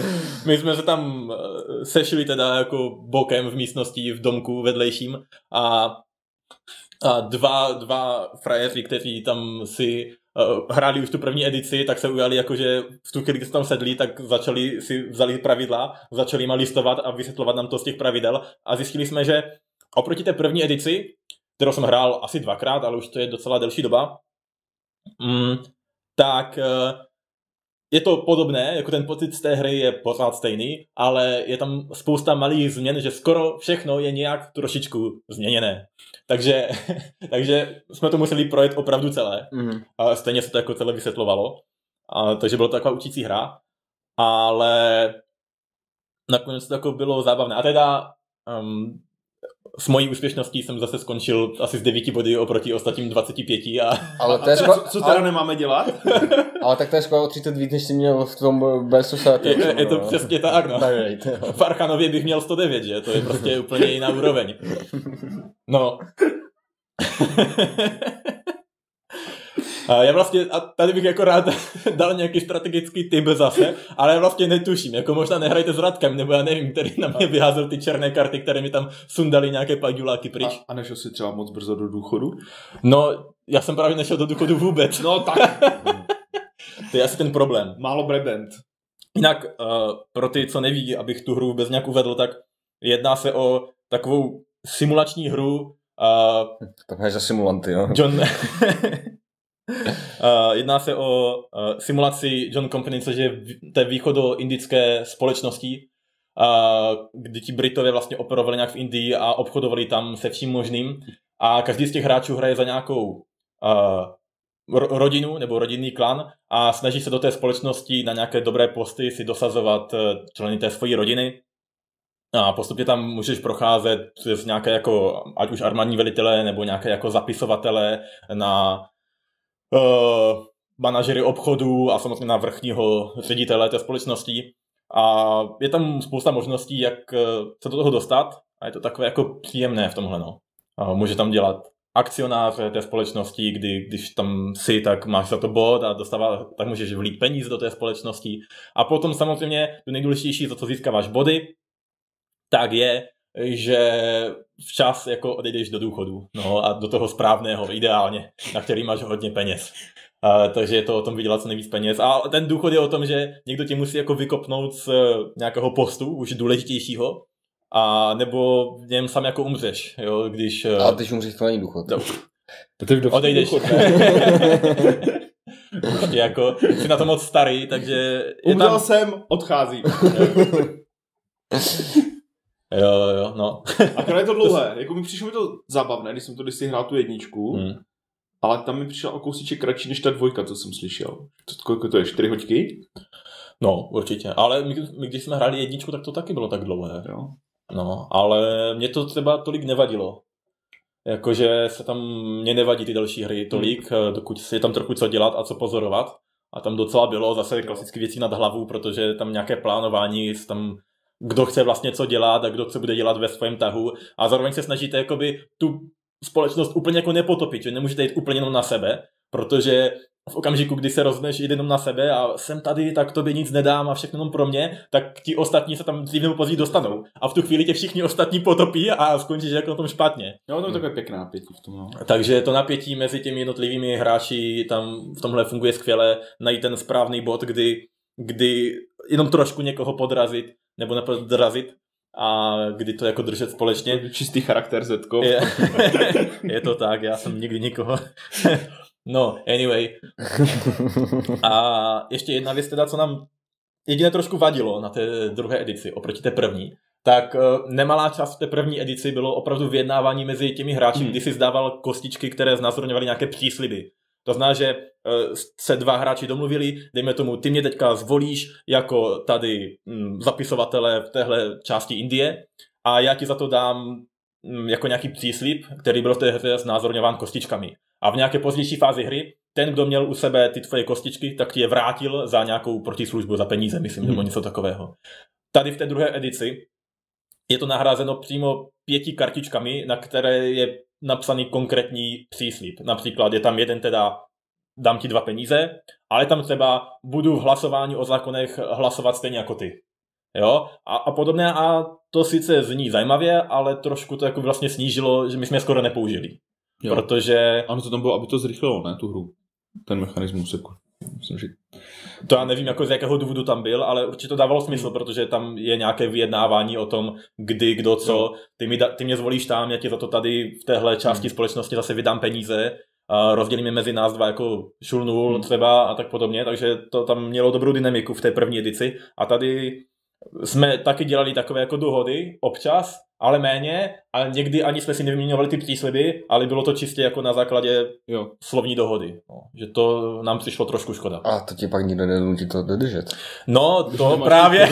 Speaker 1: My jsme se tam sešli teda jako bokem v místnosti v domku vedlejším a, a dva, dva frajeři, kteří tam si uh, hráli už tu první edici, tak se ujali jakože v tu chvíli, kdy se tam sedli, tak začali si vzali pravidla, začali jim listovat a vysvětlovat nám to z těch pravidel a zjistili jsme, že oproti té první edici, kterou jsem hrál asi dvakrát, ale už to je docela delší doba, mm, tak uh, je to podobné, jako ten pocit z té hry je pořád stejný, ale je tam spousta malých změn, že skoro všechno je nějak trošičku změněné. Takže, takže jsme to museli projet opravdu celé. Mm. A stejně se to jako celé vysvětlovalo. A, takže bylo to taková učící hra. Ale nakonec to jako bylo zábavné. A teda um, s mojí úspěšností jsem zase skončil asi z devíti body oproti ostatním dvaceti pěti. A...
Speaker 3: Ale to je
Speaker 4: sko- co, co teda ale... nemáme dělat?
Speaker 3: Ale tak to je skoro třicet víc, než jsi měl v tom Best Society.
Speaker 1: Je, je, je to no. Přesně tak, no. V Archanově bych měl sto devět, že? To je prostě úplně jiná úroveň. No. A já vlastně, a tady bych jako rád dal nějaký strategický tip zase, ale já vlastně netuším, jako možná nehrajte s Radkem, nebo já nevím, který na mě vyházel ty černé karty, které mi tam sundali nějaké paďuláky pryč.
Speaker 4: A, a nešel jsi třeba moc brzo do důchodu?
Speaker 1: No, já jsem právě nešel do důchodu vůbec.
Speaker 4: No tak.
Speaker 1: To je asi ten problém.
Speaker 4: Málo brabant.
Speaker 1: Jinak, uh, pro ty, co neví, abych tu hru vůbec nějak uvedl, tak jedná se o takovou simulační hru. Uh,
Speaker 3: tak máš za simulanty, jo.
Speaker 1: John... Uh, jedná se o uh, simulaci John Company, což je v té východoindické společnosti, uh, kdy ti Britové vlastně operovali nějak v Indii a obchodovali tam se vším možným a každý z těch hráčů hraje za nějakou uh, rodinu nebo rodinný klan a snaží se do té společnosti na nějaké dobré posty si dosazovat členy té svojí rodiny. A postupně tam můžeš procházet z nějaké jako, ať už armádní velitele nebo nějaké jako zapisovatele na uh, manažery obchodu a samozřejmě na vrchního ředitele té společnosti. A je tam spousta možností, jak se do toho dostat a je to takové jako příjemné v tomhle. No. A může tam dělat akcionáře té společnosti, kdy když tam jsi, tak máš za to bod a dostává, tak můžeš vlít peníze do té společnosti. A potom samozřejmě to nejdůležitější, za co získáváš body, tak je, že včas jako odejdeš do důchodu. No a do toho správného, ideálně, na který máš hodně peněz. Uh, takže je to o tom vydělat co nejvíc peněz. A ten důchod je o tom, že někdo tě musí jako vykopnout z nějakého postu, už důležitějšího, a nebo v něm sám jako umřeš, jo, když...
Speaker 3: A když umřeš, to není důchod.
Speaker 1: No. Odejdeš. Důchod, Ještě jako, jsi na to moc starý, takže...
Speaker 4: Umřel tam... jsem, odchází.
Speaker 1: Jo, jo, no.
Speaker 4: A je to dlouhé, jako mi přišlo mi to zábavné, když jsem to kdysi hrál tu jedničku, hmm. ale tam mi přišel o kousíček kratší než ta dvojka, co jsem slyšel. To, kolik to je, čtyři hoďky?
Speaker 1: No, určitě, ale my, my když jsme hráli jedničku, tak to taky bylo tak dlouhé.
Speaker 4: Jo.
Speaker 1: No, ale mě to třeba tolik nevadilo. Jakože se tam, mě nevadí ty další hry tolik, hmm. dokud si je tam trochu co dělat a co pozorovat. A tam docela bylo zase klasické věci nad hlavu, protože tam nějaké plánování, tam kdo chce vlastně co dělat a kdo co bude dělat ve svém tahu. A zároveň se snažíte jakoby tu společnost úplně jako nepotopit, že nemůžete jít úplně jenom na sebe, protože v okamžiku, kdy se rozhodneš jít jenom na sebe a jsem tady, tak tobě nic nedám a všechno jenom pro mě, tak ti ostatní se tam dřív nebo později dostanou. A v tu chvíli tě všichni ostatní potopí a skončíš jako na tom špatně.
Speaker 4: Jo, to je takové pěkné napětí v tom. No.
Speaker 1: Takže to napětí mezi těmi jednotlivými hráči tam v tomhle funguje skvěle, najít ten správný bod, kdy, kdy jenom trošku někoho podrazit nebo nepodrazit a kdy to jako držet společně.
Speaker 4: Čistý charakter Zetko.
Speaker 1: Je, je to tak, já jsem nikdy nikoho... No, anyway. A ještě jedna věc teda, co nám jediné trošku vadilo na té druhé edici oproti té první, tak uh, nemalá část v té první edici bylo opravdu vyjednávání mezi těmi hráči, hmm. kdy si zdával kostičky, které znázorňovaly nějaké přísliby. To znamená, že uh, se dva hráči domluvili, dejme tomu, ty mě teďka zvolíš jako tady mm, zapisovatele v téhle části Indie a já ti za to dám mm, jako nějaký příslib, který byl v té hře znázorňován kostičkami. A v nějaké pozdější fázi hry, ten, kdo měl u sebe ty tvoje kostičky, tak ti je vrátil za nějakou protislužbu, za peníze, myslím, nebo něco takového. Tady v té druhé edici je to nahrázeno přímo pěti kartičkami, na které je napsaný konkrétní příslib. Například je tam jeden teda, dám ti dva peníze, ale tam třeba budu v hlasování o zákonech hlasovat stejně jako ty. jo, a, a podobně a to sice zní zajímavě, ale trošku to jako vlastně snížilo, že my jsme je skoro nepoužili. Jo. Protože...
Speaker 4: Ano, to tam bylo, aby to zrychlilo, ne, tu hru. Ten mechanismus, jako... Myslím, že...
Speaker 1: To já nevím, jako z jakého důvodu tam byl, ale určitě to dávalo smysl, protože tam je nějaké vyjednávání o tom, kdy, kdo, co. Ty, mi da, ty mě zvolíš tam, jak je za to tady v téhle části hmm. společnosti zase vydám peníze, a rozdělíme mezi nás dva jako šul nul hmm. třeba a tak podobně, takže to tam mělo dobrou dynamiku v té první edici a tady jsme taky dělali takové jako dohody občas, ale méně a někdy ani jsme si nevyměňovali ty přísliby, ale bylo to čistě jako na základě jo, slovní dohody. No, že to nám přišlo trošku škoda.
Speaker 3: A to ti pak nikdo nedonutí to dodržet.
Speaker 1: No, to právě.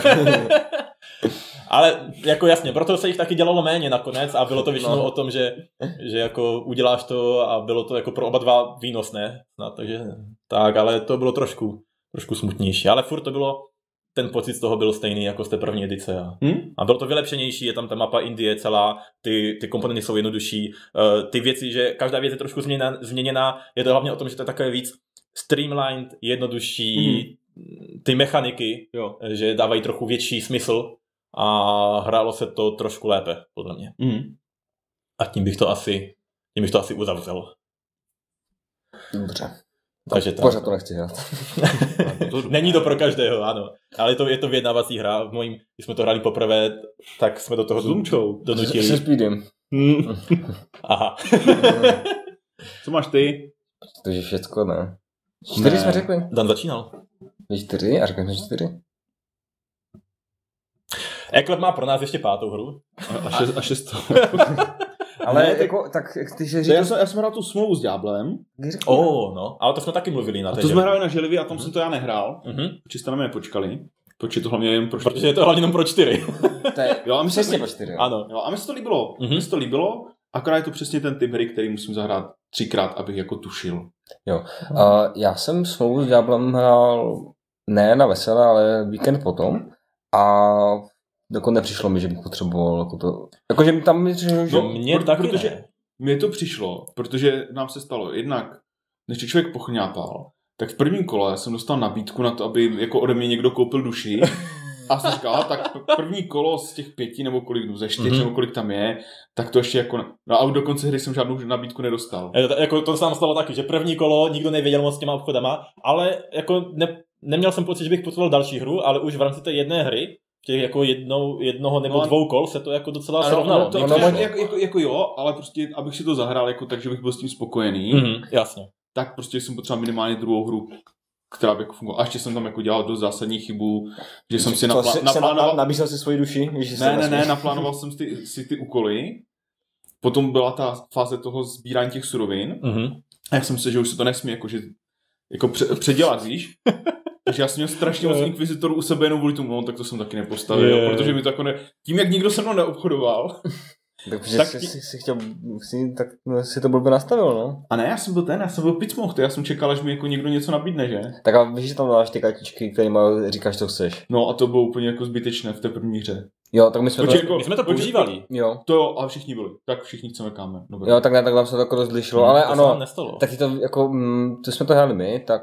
Speaker 1: Ale jako jasně, proto se jich taky dělalo méně nakonec a bylo to většinou no. o tom, že, že jako uděláš to a bylo to jako pro oba dva výnosné. No, takže tak, ale to bylo trošku, trošku smutnější. Ale furt to bylo, ten pocit z toho byl stejný jako z té první edice. A, hmm? a bylo to vylepšenější, je tam ta mapa Indie celá, ty, ty komponenty jsou jednodušší, uh, ty věci, že každá věc je trošku změněná, změněná, je to hlavně o tom, že to je takové víc streamlined, jednodušší, hmm. ty mechaniky, jo. že dávají trochu větší smysl a hrálo se to trošku lépe, podle mě. Hmm. A tím bych to asi, tím bych to asi uzavřel.
Speaker 3: Dobře.
Speaker 1: Takže
Speaker 3: pořád to nechci hrát.
Speaker 1: Není to pro každého, ano. Ale to, je to vyjednávací hra. V mojím, když jsme to hráli poprvé, tak jsme do toho
Speaker 4: Zumčou.
Speaker 1: donutili.
Speaker 3: Se speedem.
Speaker 1: Hmm. Aha.
Speaker 4: Co máš ty?
Speaker 3: Takže všecko, ne. Čtyři ne. jsme řekli.
Speaker 1: Dan začínal.
Speaker 3: Čtyři a řekli jsme čtyři.
Speaker 1: Eklep má pro nás ještě pátou hru.
Speaker 4: A, šest, a šestou.
Speaker 3: Ale
Speaker 4: ne,
Speaker 3: jako, tak ty že
Speaker 4: říkáš... Já jsem, já jsem hrál tu Smlouvu s ďáblem.
Speaker 1: Oh, no, ale to jsme taky mluvili na té.
Speaker 4: A to jsme hráli na Želivě a tam mm-hmm. jsem to já nehrál. Mm-hmm. Či na mě nepočkali. Počkej, to hlavně jen pro čtyři.
Speaker 1: Protože je to hlavně jenom pro čtyři.
Speaker 3: To je
Speaker 4: jo, a mi
Speaker 3: přesně pro čtyři.
Speaker 1: Ano.
Speaker 4: Jo, a mi se to líbilo. Mm-hmm. Mi se to líbilo, akorát je to přesně ten typ hry, který musím zahrát třikrát, abych jako tušil.
Speaker 3: Jo. Uh, já jsem Smlouvu s ďáblem hrál ne na veselé, ale víkend potom. A jako nepřišlo mi, že bych potřeboval jako to... Jakože mi tam mi přišlo, že...
Speaker 1: No, mě taky
Speaker 4: protože
Speaker 1: ne.
Speaker 4: Mně to přišlo, protože nám se stalo jednak, než to člověk pochňápal, tak v prvním kole jsem dostal nabídku na to, aby jako ode mě někdo koupil duši. A jsem říkal, tak první kolo z těch pěti nebo kolik, no, ze čtyř mm-hmm. nebo kolik tam je, tak to ještě jako... No a do konce hry jsem žádnou nabídku nedostal.
Speaker 1: Je to, jako to se nám stalo taky, že první kolo nikdo nevěděl moc s těma obchodama, ale jako ne, neměl jsem pocit, že bych potřeboval další hru, ale už v rámci té jedné hry těch jako jednou, jednoho nebo no, dvou kol se to jako docela ano, srovnalo.
Speaker 4: To, to, jako, jako, jako jo, ale prostě abych si to zahrál jako tak, že bych byl s tím spokojený.
Speaker 1: Mm-hmm, jasně.
Speaker 4: Tak prostě jsem potřeboval minimálně druhou hru, která by jako fungovala. A ještě jsem tam jako dělal dost zásadní chybu, že jsem si napla- naplánoval...
Speaker 3: Nabízel si svoji duši?
Speaker 4: Ne, ne, ne, naplánoval jsem si, si ty úkoly. Potom byla ta fáze toho sbírání těch surovin. Mm-hmm. A já jsem si, že už se to nesmí jako, že, jako pře- předělat, víš? Takže já jsem měl strašně moc inkvizitorů u sebe jenom kvůli tomu, no, tak to jsem taky nepostavil, je, protože mi to jako ne... Tím, jak nikdo se mnou neobchodoval.
Speaker 3: Tak protože tak jsi, jsi chtěl, jsi, tak si to blbě nastavil, no.
Speaker 4: A ne, já jsem byl ten, já jsem byl picmoch, já jsem čekal, až mi jako někdo něco nabídne, že?
Speaker 3: Tak a víš, že tam dáš ty kartičky, které říkáš, co chceš.
Speaker 4: No a to bylo úplně jako zbytečné v té první hře.
Speaker 3: Jo, tak my jsme
Speaker 1: Počkej,
Speaker 3: to...
Speaker 1: Jako, my jsme to používali.
Speaker 3: Jo.
Speaker 4: To jo, ale všichni byli. Tak všichni chceme kámen. Dobrý.
Speaker 3: Jo, tak ne, tak tam se to jako rozlišilo, no, ale
Speaker 1: to
Speaker 3: ano.
Speaker 1: Nestalo.
Speaker 3: Tak to jako, mm, to jsme to hráli my, tak...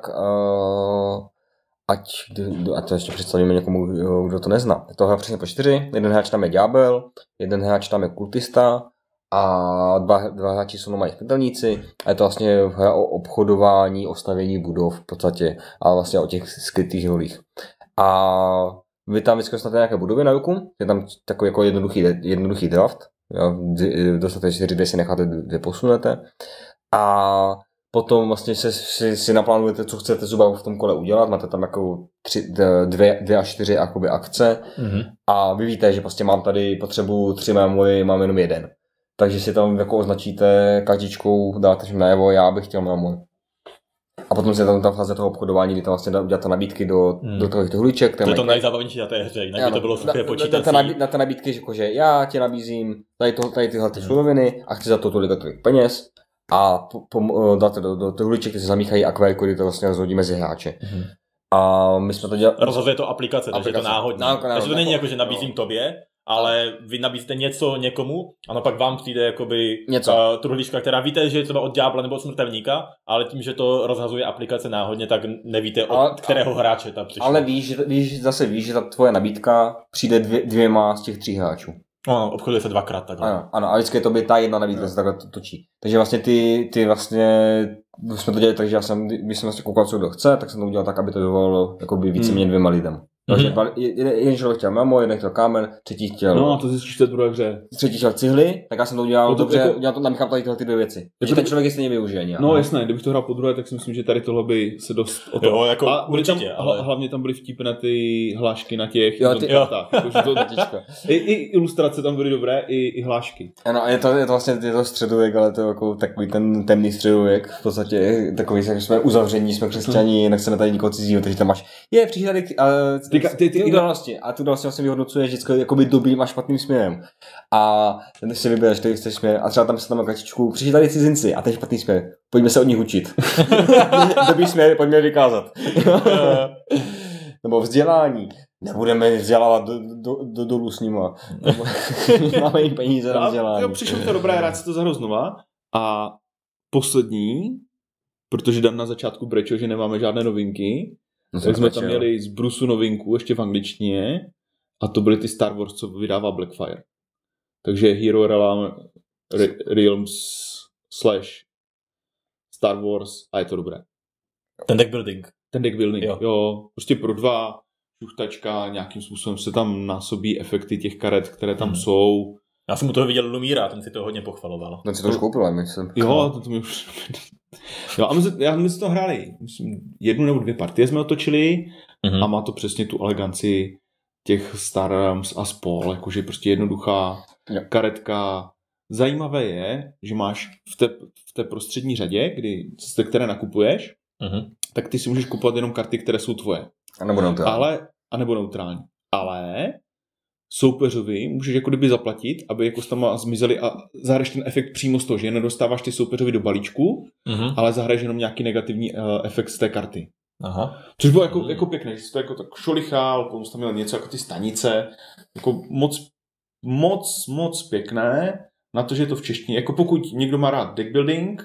Speaker 3: Uh... Ať, a to ještě představíme někomu, kdo to nezná. Je to hra přesně po čtyři, jeden hráč tam je ďábel, jeden hráč tam je kultista a dva, dva hráči jsou normální smrtelníci a je to vlastně hra o obchodování, o stavění budov v podstatě a vlastně o těch skrytých rolích. A vy tam vždycky dostanete nějaké budovy na ruku, je tam takový jako jednoduchý, jednoduchý draft, dostanete čtyři, kde si necháte, kde posunete a potom vlastně se, si, si naplánujete, co chcete zhruba v tom kole udělat, máte tam jako tři, dvě, dvě až čtyři jakoby akce mm-hmm. a vy víte, že prostě mám tady potřebu tři memory, mám jenom jeden. Takže si tam jako označíte kartičkou, dáte že najevo, já bych chtěl memory. A potom se tam ta fáze toho obchodování, kdy tam vlastně uděláte nabídky do, mm. do toho hluček.
Speaker 1: To je to nejzábavnější na té hře, jinak by to bylo suché počítací.
Speaker 3: Na té nabídky, že já ti nabízím tady, to, tady tyhle ty suroviny a chci za to tolik a tolik peněz. A po, po, dáte do, do, do hluček, které se zamíchají a Q R kody to vlastně rozhodí mezi hráče. Mm-hmm. A my jsme to dělali...
Speaker 1: Rozhoduje to aplikace, takže je to náhodné. Takže to není jako, že nabízím no. tobě, ale vy nabízíte něco někomu a naopak vám přijde jakoby
Speaker 3: Něco.
Speaker 1: uh, truhlička, která víte, že je třeba od ďábla nebo od smrtelníka, ale tím, že to rozhazuje aplikace náhodně, tak nevíte od
Speaker 3: Ale-
Speaker 1: kterého hráče ta přišla.
Speaker 3: Ale víš, víš, zase víš, že ta tvoje nabídka přijde dvě, dvěma z těch tří hráčů.
Speaker 1: No, obchoduje se dvakrát takhle.
Speaker 3: Ano, ano, a vždycky je to by ta jedna nabídka, se takhle to točí. Takže vlastně ty, ty vlastně, jsme to dělali tak, že já jsem, když jsem vlastně koukal, co kdo chce, tak jsem to udělal tak, aby to vyvolalo jakoby víceméně dvěma lidem. Takže
Speaker 1: Mhm.
Speaker 3: dva- jeden jeden člověk chtěl memo, jeden chtěl kámen, třetí chtěl,
Speaker 4: No a to zjistíš v té druhé hře.
Speaker 3: třetí chtěl cihly, tak já jsem to udělal
Speaker 4: No to
Speaker 3: dobře,
Speaker 4: jako-
Speaker 3: udělal to, namíchám tady tyhle ty dvě věci.
Speaker 4: to
Speaker 3: Takže
Speaker 4: by-
Speaker 3: ten člověk je stejně využije nějak.
Speaker 4: No jasné, kdybych to hrál po druhé, tak si myslím, že tady tohle by se dost o to...
Speaker 1: Jo, jako
Speaker 4: a byly tam,
Speaker 1: určitě,
Speaker 4: ale...
Speaker 1: ale-
Speaker 4: hlavně tam byly vtipné ty hlášky na těch
Speaker 3: Jo,
Speaker 4: na
Speaker 3: ty-
Speaker 4: těch kartách. Jakože to,
Speaker 3: Těžko.
Speaker 4: i, I ilustrace tam byly dobré, i, i hlášky.
Speaker 3: Ano, a je to, je to vlastně je to středověk, ale to je jako takový ten temný středověk, v podstatě takový, že jsme uzavření, jsme křesťaní, nechceme tady nikoho cizího, takže tam máš, je, přišli tady a,
Speaker 4: Ty
Speaker 3: ty,
Speaker 4: ka-
Speaker 3: ty,
Speaker 4: ty-
Speaker 3: ty,
Speaker 4: ty-
Speaker 3: události a tu události vlastně vyhodnocuješ vždycky jakoby dobrým a špatným směrem. A ten si vybereš, který chceš směr a třeba tam se tam kartičku, přišli tady cizinci a ten špatný směr, pojďme se od nich učit. Dobrý směr, pojďme je vykázat. Nebo vzdělání. Nebudeme vzdělávat do, do, do dolů s nima. Nebo máme jim peníze na
Speaker 4: A
Speaker 3: vzdělání.
Speaker 4: jo, přišlo to dobré, rád si to zahraju znova. A poslední, protože Dan na začátku brečel, že nemáme žádné novinky,
Speaker 3: No,
Speaker 4: tak jsme
Speaker 3: brečel.
Speaker 4: tam měli z Brusu novinku, ještě v angličtině, a to byly ty Star Wars, co vydává Blackfire. Takže Hero Realm, Re- Realms slash Star Wars a je to dobré.
Speaker 1: Ten deck building.
Speaker 4: Ten deck building, jo.
Speaker 1: Jo.
Speaker 4: jo prostě pro dva, šuchtačka, nějakým způsobem se tam násobí efekty těch karet, které tam
Speaker 1: Hmm.
Speaker 4: jsou.
Speaker 1: Já jsem u toho viděl Lumíra, ten si to hodně pochvaloval.
Speaker 3: Ten si to už koupil, ale myslím.
Speaker 4: Jo, to, to mi už... jo, a my, se- já, my jsme to hráli, myslím, jednu nebo dvě partie jsme otočili
Speaker 1: Mhm.
Speaker 4: a má to přesně tu eleganci těch Star Realms a spol, jakože prostě jednoduchá
Speaker 3: Jo.
Speaker 4: karetka. Zajímavé je, že máš v té, v té prostřední řadě, kdy, ze které nakupuješ,
Speaker 1: Mhm.
Speaker 4: tak ty si můžeš kupovat jenom karty, které jsou tvoje.
Speaker 3: A nebo to.
Speaker 4: Ale, a nebo neutrální. Ale soupeřovi můžeš jako kdyby zaplatit, aby jako tam zmizeli a zahraješ ten efekt přímo z toho, že nedostáváš ty soupeřovi do balíčku,
Speaker 1: Mhm.
Speaker 4: ale zahraješ jenom nějaký negativní uh, efekt z té karty.
Speaker 1: Aha.
Speaker 4: Což bylo jako,
Speaker 1: Mhm.
Speaker 4: jako pěkné, že jsi to jako tak šolichal, potom jsi tam měl něco jako ty stanice, jako moc, moc, moc pěkné, na to, že je to v češtině. Jako pokud někdo má rád deck building,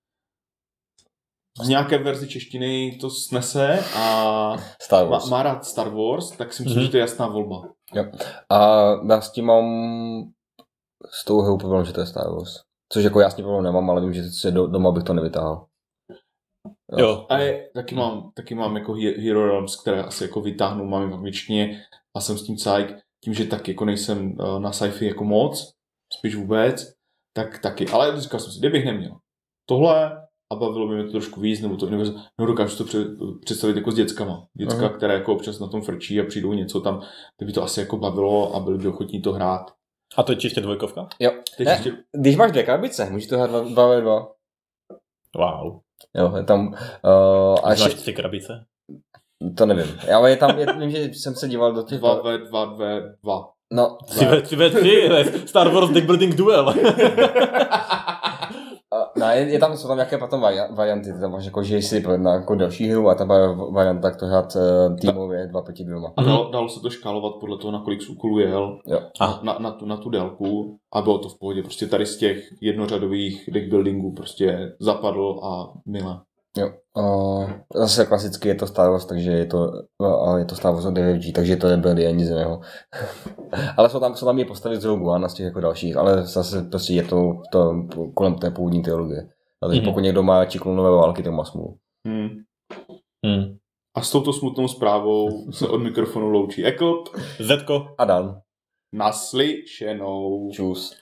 Speaker 4: v nějaké verzi češtiny to snese a
Speaker 3: Star
Speaker 4: má,
Speaker 3: Wars.
Speaker 4: má rád Star Wars, tak si myslím,
Speaker 1: Mhm.
Speaker 4: že to je jasná volba.
Speaker 3: A já s tím mám s tou hrou problém, že to je Star Wars. Což jako já s tím problém nemám, ale vím, že si do, doma bych to nevytáhl.
Speaker 1: Jo.
Speaker 4: A je, taky, mám, taky mám jako He- Hero Realms, které asi jako vytáhnu, mám je v angličtině a jsem s tím cajk, tím, že tak jako nejsem uh, na sci-fi jako moc, spíš vůbec, tak taky. Ale říkal jsem si, kdybych neměl tohle a bavilo by mě to trošku víc, nebo to univerzum, no dokážu to před, představit jako s dětskama. Děcka,
Speaker 3: Aha.
Speaker 4: které jako občas na tom frčí a přijdou něco tam, kdyby to asi jako bavilo a byli by ochotní to hrát.
Speaker 1: A to je čistě dvojkovka?
Speaker 3: Jo.
Speaker 4: Teď
Speaker 3: Ne,
Speaker 4: ještě,
Speaker 3: když máš dvě krabice, můžeš to hrát dva- dva ve dva.
Speaker 1: Wow.
Speaker 3: Jo, je tam... Uh, a
Speaker 1: Máš
Speaker 3: ještě,
Speaker 1: tři krabice?
Speaker 3: to nevím. Ale je tam, je, vím, že jsem se díval do těch...
Speaker 4: dva ve dva ve dva.
Speaker 3: No,
Speaker 1: Tři ve tři ve tři, Star Wars Deck Building Duel.
Speaker 3: a, no je, je, tam, jsou tam nějaké potom vari- varianty. Ty tam máš jako, že jsi na jako další hru a tam je varianta, jak to hrát uh, týmově dva proti dvěma.
Speaker 4: A dalo, dalo se to škálovat podle toho, na kolik z úkolů jel.
Speaker 3: Jo.
Speaker 1: A.
Speaker 4: Na, na, tu, na tu délku a bylo to v pohodě. Prostě tady z těch jednořadových deck buildingů prostě zapadl a milé.
Speaker 3: Jo. Uh, zase klasicky je to Star Wars, takže je to, uh, je to Star Wars od devět G, takže to nebyl ani nic jiného. Ale jsou tam, jsou tam i postavy z Rogue One a z těch jako dalších, ale zase prostě je to, to kolem té původní teologie. A takže
Speaker 1: Mhm.
Speaker 3: pokud někdo má či klonové války, tak má smůlu.
Speaker 4: Hmm.
Speaker 1: Hmm.
Speaker 4: A s touto smutnou zprávou se od mikrofonu loučí Eklb.
Speaker 1: Zetko.
Speaker 3: A Dan.
Speaker 4: Naslyšenou.
Speaker 3: Čus.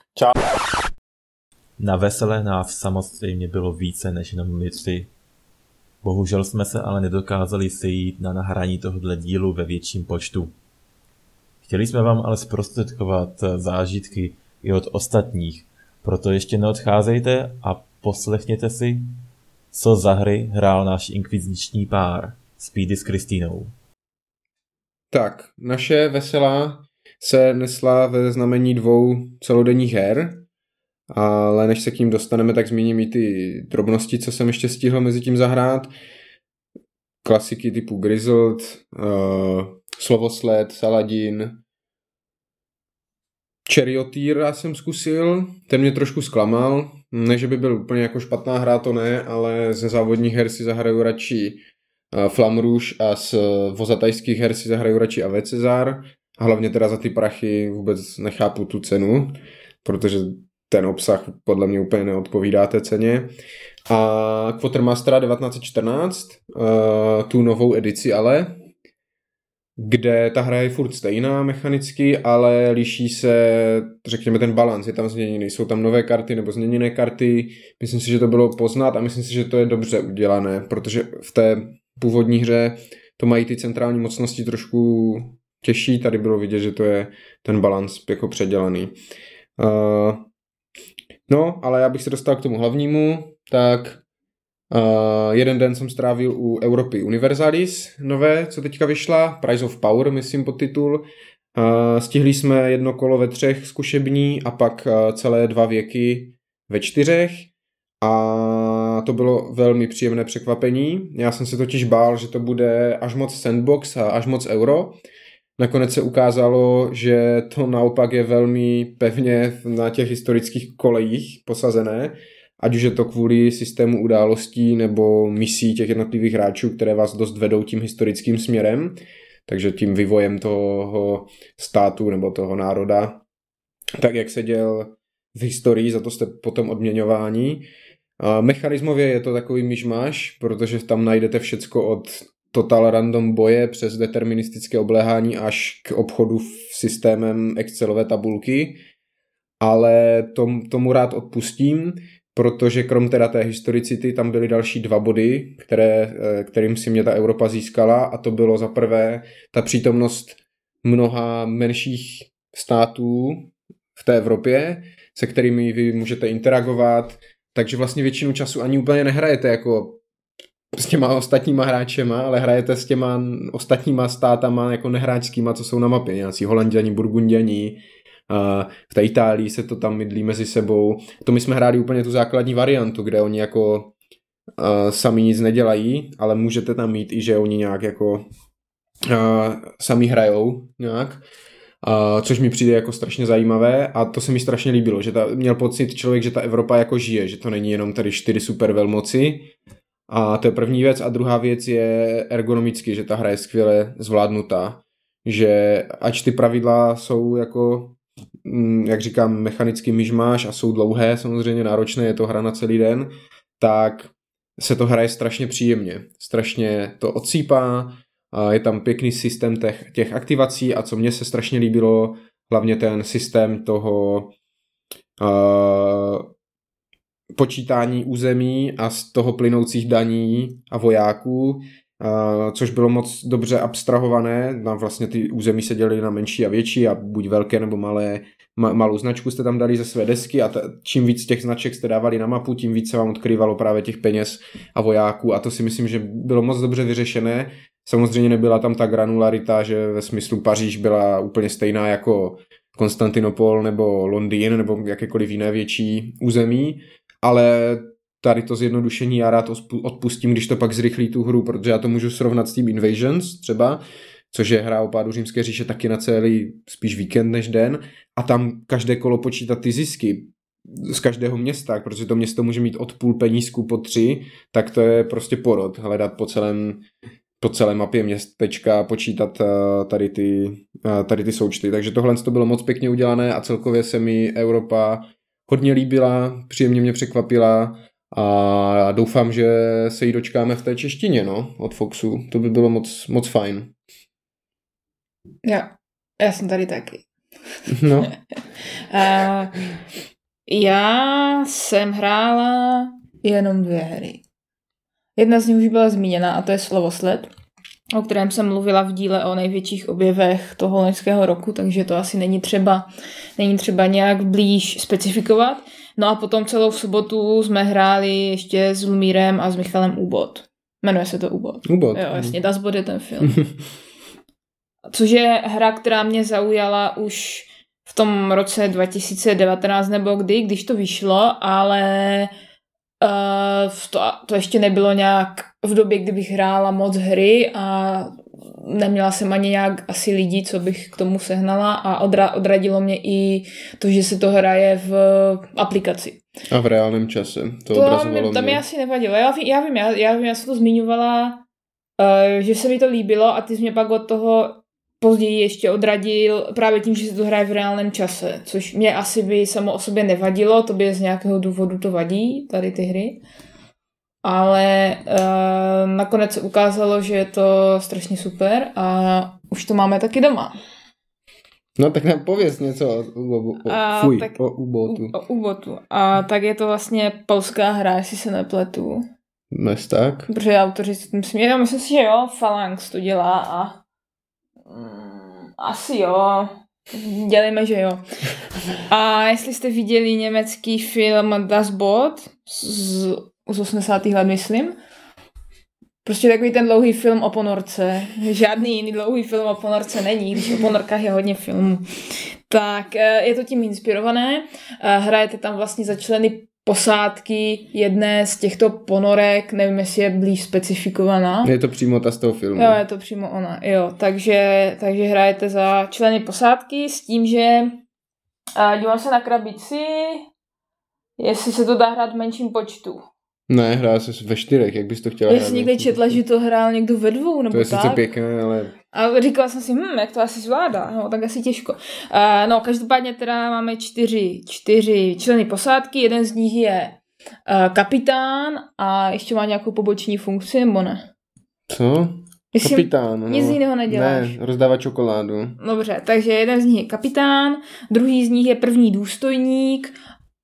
Speaker 1: Na veselé nás samozřejmě bylo více než jenom my tři. Bohužel jsme se ale nedokázali sejít na nahrání tohoto dílu ve větším počtu. Chtěli jsme vám ale zprostředkovat zážitky i od ostatních, proto ještě neodcházejte a poslechněte si, co za hry hrál náš inkviziční pár Speedy s Kristýnou.
Speaker 5: Tak, naše veselá se nesla ve znamení dvou celodenních her, ale než se k ním dostaneme, tak zmíním i ty drobnosti, co jsem ještě stihl mezi tím zahrát. Klasiky typu Grizzled, uh, Slovosled, Saladin, Charioteer jsem zkusil, ten mě trošku zklamal, ne, že by byl úplně jako špatná hra, to ne, ale ze závodních her si zahraju radši Flamme Rouge a z vozatajských her si zahraju radši A V Cezar a hlavně teda za ty prachy vůbec nechápu tu cenu, protože ten obsah podle mě úplně neodpovídá té ceně. A Quartermastera devatenáct set čtrnáct, tu novou edici ale, kde ta hra je furt stejná mechanicky, ale liší se, řekněme, ten balans, je tam změněný, jsou tam nové karty nebo změněné karty, myslím si, že to bylo poznat a myslím si, že to je dobře udělané, protože v té původní hře to mají ty centrální mocnosti trošku těžší, tady bylo vidět, že to je ten balans jako předělaný. Uh, no, ale já bych se dostal k tomu hlavnímu, tak Uh, jeden den jsem strávil u Europy Universalis nové, co teďka vyšla, Price of Power, myslím podtitul. Uh, stihli jsme jedno kolo ve třech zkušební a pak uh, celé dva věky ve čtyřech a to bylo velmi příjemné překvapení. Já jsem se totiž bál, že to bude až moc sandbox a až moc euro. Nakonec se ukázalo, že to naopak je velmi pevně na těch historických kolejích posazené, ať už je to kvůli systému událostí nebo misí těch jednotlivých hráčů, které vás dost vedou tím historickým směrem, takže tím vývojem toho státu nebo toho národa, tak jak se děl v historii, za to jste potom odměňováni. A mechanismově je to takový myšmaš, protože tam najdete všecko od total random boje přes deterministické obléhání až k obchodu v systémem Excelové tabulky, ale tom, tomu rád odpustím, protože krom teda té historicity tam byly další dva body, které, kterým si mě ta Evropa získala a to bylo za prvé ta přítomnost mnoha menších států v té Evropě, se kterými vy můžete interagovat, takže vlastně většinu času ani úplně nehrajete jako s těma ostatníma hráčema, ale hrajete s těma ostatníma státama jako nehráčskýma, co jsou na mapě, nějací Holanděni, Burgunděni. V té Itálii se to tam mydlí mezi sebou. To my jsme hráli úplně tu základní variantu, kde oni jako uh, sami nic nedělají, ale můžete tam mít i, že oni nějak jako uh, sami hrajou nějak, uh, což mi přijde jako strašně zajímavé a to se mi strašně líbilo, že ta, měl pocit člověk, že ta Evropa jako žije, že to není jenom tady čtyři super velmoci a to je první věc a druhá věc je ergonomicky, že ta hra je skvěle zvládnutá, že ač ty pravidla jsou jako jak říkám, mechanicky myšmaš a jsou dlouhé, samozřejmě náročné, je to hra na celý den, tak se to hraje strašně příjemně. Strašně to odsýpá, a je tam pěkný systém těch, těch aktivací a co mně se strašně líbilo, hlavně ten systém toho uh, počítání území a z toho plynoucích daní a vojáků, uh, což bylo moc dobře abstrahované. Tam vlastně ty území se dělily na menší a větší a buď velké nebo malé. Ma, malou značku jste tam dali ze své desky a t- čím víc těch značek jste dávali na mapu, tím víc se vám odkrývalo právě těch peněz a vojáků a to si myslím, že bylo moc dobře vyřešené. Samozřejmě nebyla tam ta granularita, že ve smyslu Paříž byla úplně stejná jako Konstantinopol nebo Londýn nebo jakékoliv jiné větší území, ale tady to zjednodušení já rád odpustím, když to pak zrychlí tu hru, protože já to můžu srovnat s tím Invasions třeba, což je hra o pádu Římské říše taky na celý spíš víkend než den a tam každé kolo počítat ty zisky z každého města, protože to město může mít od půl penízku po tři, tak to je prostě porod, hledat po celém po celé mapě městečka a počítat tady ty, tady ty součty. Takže tohle to bylo moc pěkně udělané a celkově se mi Evropa hodně líbila, příjemně mě překvapila a doufám, že se jí dočkáme v té češtině, no, od Foxu. To by bylo moc, moc fajn.
Speaker 6: Já, já jsem tady taky.
Speaker 5: No.
Speaker 6: uh, já jsem hrála jenom dvě hry. Jedna z nich už byla zmíněna a to je Slovosled, o kterém jsem mluvila v díle o největších objevech toho loňského roku, takže to asi není třeba, není třeba nějak blíž specifikovat. No a potom celou sobotu jsme hráli ještě s Lumírem a s Michalem Úbod. Jmenuje se to Úbod.
Speaker 5: Úbod.
Speaker 6: Jo, jasně, Das Boot je ten film. Což je hra, která mě zaujala už v tom roce dva tisíce devatenáct nebo kdy, když to vyšlo, ale uh, to, to ještě nebylo nějak v době, kdy bych hrála moc hry a neměla jsem ani nějak asi lidí, co bych k tomu sehnala a odra- odradilo mě i to, že se to hraje v aplikaci.
Speaker 5: A v reálném čase. To,
Speaker 6: To
Speaker 5: obrazovalo
Speaker 6: mě, to
Speaker 5: mě.
Speaker 6: mi asi nevadilo. Já vím, já, vím, já, já, vím, já jsem to zmiňovala, uh, že se mi to líbilo a ty jsi mě pak od toho později ještě odradil právě tím, že se to hraje v reálném čase, což mě asi by samo o sobě nevadilo, to by z nějakého důvodu to vadí, tady ty hry. Ale uh, nakonec se ukázalo, že je to strašně super a už to máme taky doma.
Speaker 5: No tak nám pověz něco o, o, o,
Speaker 6: A,
Speaker 5: fuj,
Speaker 6: tak,
Speaker 5: o U-botu.
Speaker 6: O, o U-botu. A tak je to vlastně polská hra, jestli se nepletu.
Speaker 5: Dnes tak.
Speaker 6: Protože autoři, myslím, já myslím si, že jo, Phalanx to dělá a mm, asi jo. Dělejme, že jo. A jestli jste viděli německý film Das Boot z, z osmdesátých let, myslím, prostě takový ten dlouhý film o ponorce. Žádný jiný dlouhý film o ponorce není, když o ponorkách je hodně filmů. Tak je to tím inspirované. Hrajete tam vlastně za členy posádky jedné z těchto ponorek, nevím, jestli je blíž specifikovaná.
Speaker 5: Je to přímo ta z toho filmu.
Speaker 6: Jo, je to přímo ona, jo. Takže, takže hrajete za členy posádky s tím, že a dívám se na krabici, jestli se to dá hrát v menším počtu.
Speaker 5: Ne, hrál se ve čtyřech, jak bys to chtěla
Speaker 6: Já
Speaker 5: hrát.
Speaker 6: jsem někde četla, že to hrál někdo ve dvou, nebo
Speaker 5: to je
Speaker 6: tak.
Speaker 5: sice pěkné, ale...
Speaker 6: A říkala jsem si, hm, jak to asi zvládá, no, tak asi těžko. Uh, no, každopádně teda máme čtyři, čtyři členy posádky, jeden z nich je uh, kapitán a ještě má nějakou poboční funkci, nebo ne?
Speaker 5: Co?
Speaker 6: Jestli
Speaker 5: Kapitán, no.
Speaker 6: nic jiného neděláš.
Speaker 5: Ne, rozdává čokoládu.
Speaker 6: Dobře, takže jeden z nich je kapitán, druhý z nich je první důstojník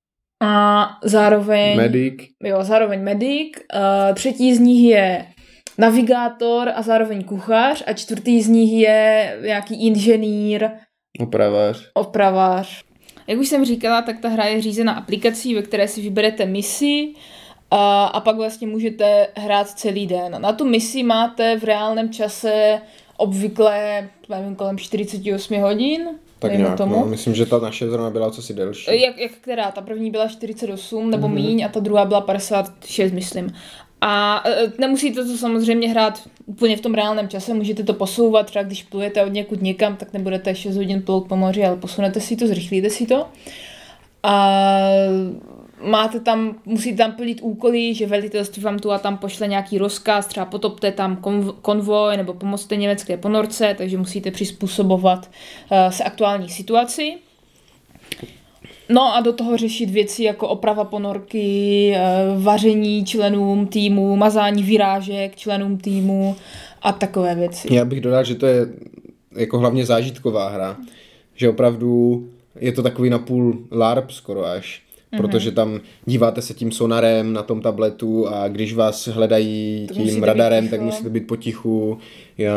Speaker 6: a zároveň...
Speaker 5: Medic.
Speaker 6: Jo, zároveň medic. Uh, třetí z nich je navigátor a zároveň kuchař a čtvrtý z nich je nějaký inženýr,
Speaker 5: Opravář.
Speaker 6: opravář. Jak už jsem říkala, tak ta hra je řízena aplikací, ve které si vyberete misi a, a pak vlastně můžete hrát celý den. Na tu misi máte v reálném čase obvykle, nevím, kolem čtyřicet osm hodin.
Speaker 5: Tak
Speaker 6: dejme
Speaker 5: nějak,
Speaker 6: tomu.
Speaker 5: no. Myslím, že ta naše zrovna byla cosi delší.
Speaker 6: Jak, jak která? Ta první byla čtyřicet osm nebo
Speaker 5: Mhm.
Speaker 6: míň a ta druhá byla padesát šest, myslím. A e, nemusíte to samozřejmě hrát úplně v tom reálném čase, můžete to posouvat, třeba když plujete od někud někam, tak nebudete šest hodin plout po moři, ale posunete si to, zrychlíte si to. A máte tam, musíte tam plnit úkoly, že velitelství vám tu a tam pošle nějaký rozkaz, třeba potopte tam konv- konvoj nebo pomozte německé ponorce, takže musíte přizpůsobovat uh, se aktuální situaci. No a do toho řešit věci jako oprava ponorky, vaření členům týmu, mazání vyrážek členům týmu a takové věci.
Speaker 5: Já bych dodal, že to je jako hlavně zážitková hra. Že opravdu je to takový napůl LARP skoro až. Mm-hmm. Protože tam díváte se tím sonarem na tom tabletu a když vás hledají
Speaker 6: Tak
Speaker 5: tím radarem, tak musíte být potichu. Já...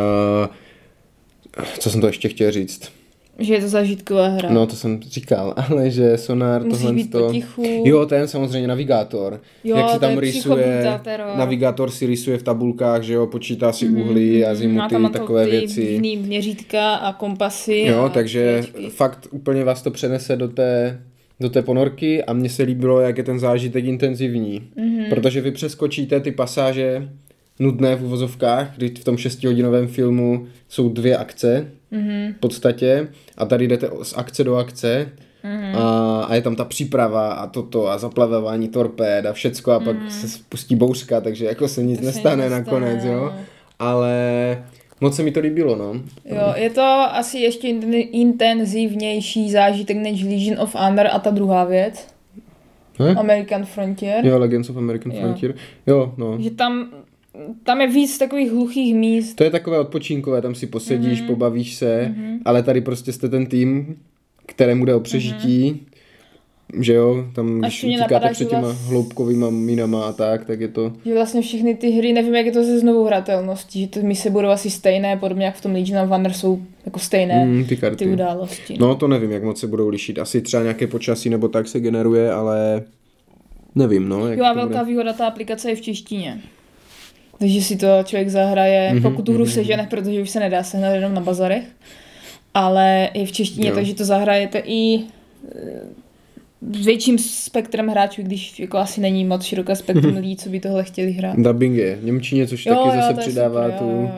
Speaker 5: Co jsem to ještě chtěl říct?
Speaker 6: Že je to zážitková hra.
Speaker 5: No, to jsem říkal, ale že sonar
Speaker 6: Musí
Speaker 5: tohle
Speaker 6: být
Speaker 5: to...
Speaker 6: potichu.
Speaker 5: Jo, ten samozřejmě navigátor.
Speaker 6: Jo,
Speaker 5: jak si
Speaker 6: to
Speaker 5: tam
Speaker 6: je
Speaker 5: rysuje,
Speaker 6: psychobutatero.
Speaker 5: Navigátor si rysuje v tabulkách, že jo, počítá si uhly,
Speaker 6: Má
Speaker 5: azimuty,
Speaker 6: tam na to
Speaker 5: takové
Speaker 6: ty
Speaker 5: věci.
Speaker 6: jiný měřítka a kompasy.
Speaker 5: Jo,
Speaker 6: a
Speaker 5: takže
Speaker 6: svěčky.
Speaker 5: fakt úplně vás to přenese do té, do té ponorky a mně se líbilo, jak je ten zážitek intenzivní. Mm-hmm. Protože vy přeskočíte ty pasáže nudné v uvozovkách, kdy v tom šestihodinovém filmu jsou dvě akce mm-hmm. v podstatě a tady jdete z akce do akce mm-hmm. a, a je tam ta příprava a toto a zaplavování torpéd a všecko a mm-hmm. pak se spustí bouřka, takže jako se nic
Speaker 6: To se
Speaker 5: nestane
Speaker 6: nic
Speaker 5: nakonec,
Speaker 6: nestane,
Speaker 5: jo.
Speaker 6: no.
Speaker 5: Ale moc se mi to líbilo, no.
Speaker 6: Jo, je to asi ještě intenzivnější zážitek než Legion of Honor a ta druhá věc.
Speaker 5: Hm?
Speaker 6: American Frontier.
Speaker 5: Jo, Legends of American
Speaker 6: Jo.
Speaker 5: Frontier. Jo, no.
Speaker 6: Že tam, tam je víc takových hluchých míst.
Speaker 5: To je takové odpočinkové, tam si posedíš, mm-hmm. pobavíš se, mm-hmm. ale tady prostě jste ten tým, kterému jde o přežití, mm-hmm. že jo, tam když
Speaker 6: mě
Speaker 5: utíkáte
Speaker 6: napadá,
Speaker 5: před
Speaker 6: že
Speaker 5: těma
Speaker 6: vás-
Speaker 5: hloubkovýma minama a tak, tak je to...
Speaker 6: Že vlastně všechny ty hry, nevím, jak je to se znovu hratelností, že to mise budou asi stejné, podobně jak v tom Legion of Honor jsou jako stejné
Speaker 5: Mm, ty karty.
Speaker 6: ty události.
Speaker 5: No to nevím, jak moc se budou lišit. Asi třeba nějaké počasí nebo tak se generuje, ale nevím, no. Jak
Speaker 6: Jo, a
Speaker 5: to
Speaker 6: velká
Speaker 5: bude.
Speaker 6: výhoda, ta aplikace je v češtině. Takže si to člověk zahraje,
Speaker 5: Mhm,
Speaker 6: pokud tu hru
Speaker 5: mhm,
Speaker 6: sežene, protože už se nedá sehnat jenom na bazarech, ale je v češtině,
Speaker 5: Jo.
Speaker 6: takže to zahrajete i eh, s větším spektrem hráčů, když jako asi není moc široké spektrum lidí, co by tohle chtěli hrát.
Speaker 5: Dubbing je v němčině, což taky zase
Speaker 6: to je
Speaker 5: přidává
Speaker 6: super,
Speaker 5: tu,
Speaker 6: jo, jo, jo.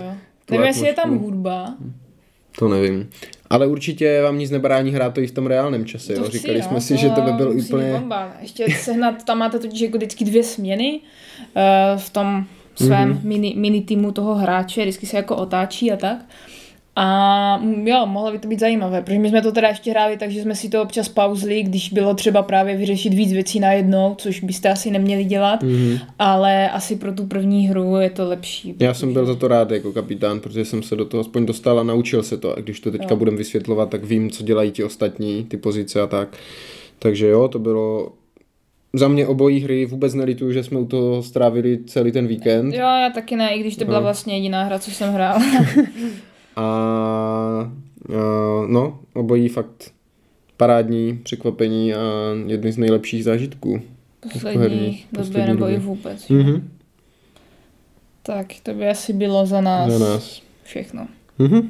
Speaker 5: tu
Speaker 6: Nevím, jestli je tam
Speaker 5: atmosféru.
Speaker 6: hudba.
Speaker 5: To nevím. Ale určitě vám nic nebrání hrát to i v tom reálném čase. Jo?
Speaker 6: To chci,
Speaker 5: Říkali
Speaker 6: no,
Speaker 5: jsme si, že to by byl
Speaker 6: musí
Speaker 5: úplně...
Speaker 6: být bomba. Ještě sehnat, tam máte totiž jako vždycky dvě směny uh, v tom svém mm-hmm. mini, mini týmu toho hráče, vždycky se jako otáčí a tak. A jo, mohlo by to být zajímavé, protože my jsme to teda ještě hráli, takže jsme si to občas pauzli, když bylo třeba právě vyřešit víc věcí najednou, což byste asi neměli dělat, mm-hmm. ale asi pro tu první hru je to lepší.
Speaker 5: Já jsem byl za to rád jako kapitán, protože jsem se do toho aspoň dostal a naučil se to. A když to teďka budem vysvětlovat, tak vím, co dělají ti ostatní, ty pozice a tak. Takže jo, to bylo... Za mě obojí hry vůbec nelituju, že jsme u toho strávili celý ten víkend.
Speaker 6: Jo, já taky ne, i když to byla no. vlastně jediná hra, co jsem hrál.
Speaker 5: A, a no, obojí fakt parádní překvapení a jedny z nejlepších zážitků.
Speaker 6: Poslední době nebo i vůbec.
Speaker 5: Mm-hmm.
Speaker 6: Tak, to by asi bylo za nás,
Speaker 5: za nás.
Speaker 6: všechno.
Speaker 5: Mm-hmm.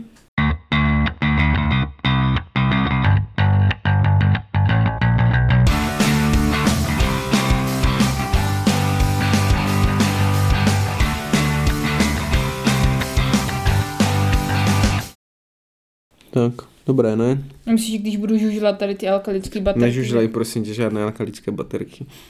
Speaker 5: Tak, dobré, ne?
Speaker 6: Myslím, že když budu žužlat tady ty alkalické baterky.
Speaker 5: Nežužlej, prosím tě, žádné alkalické baterky.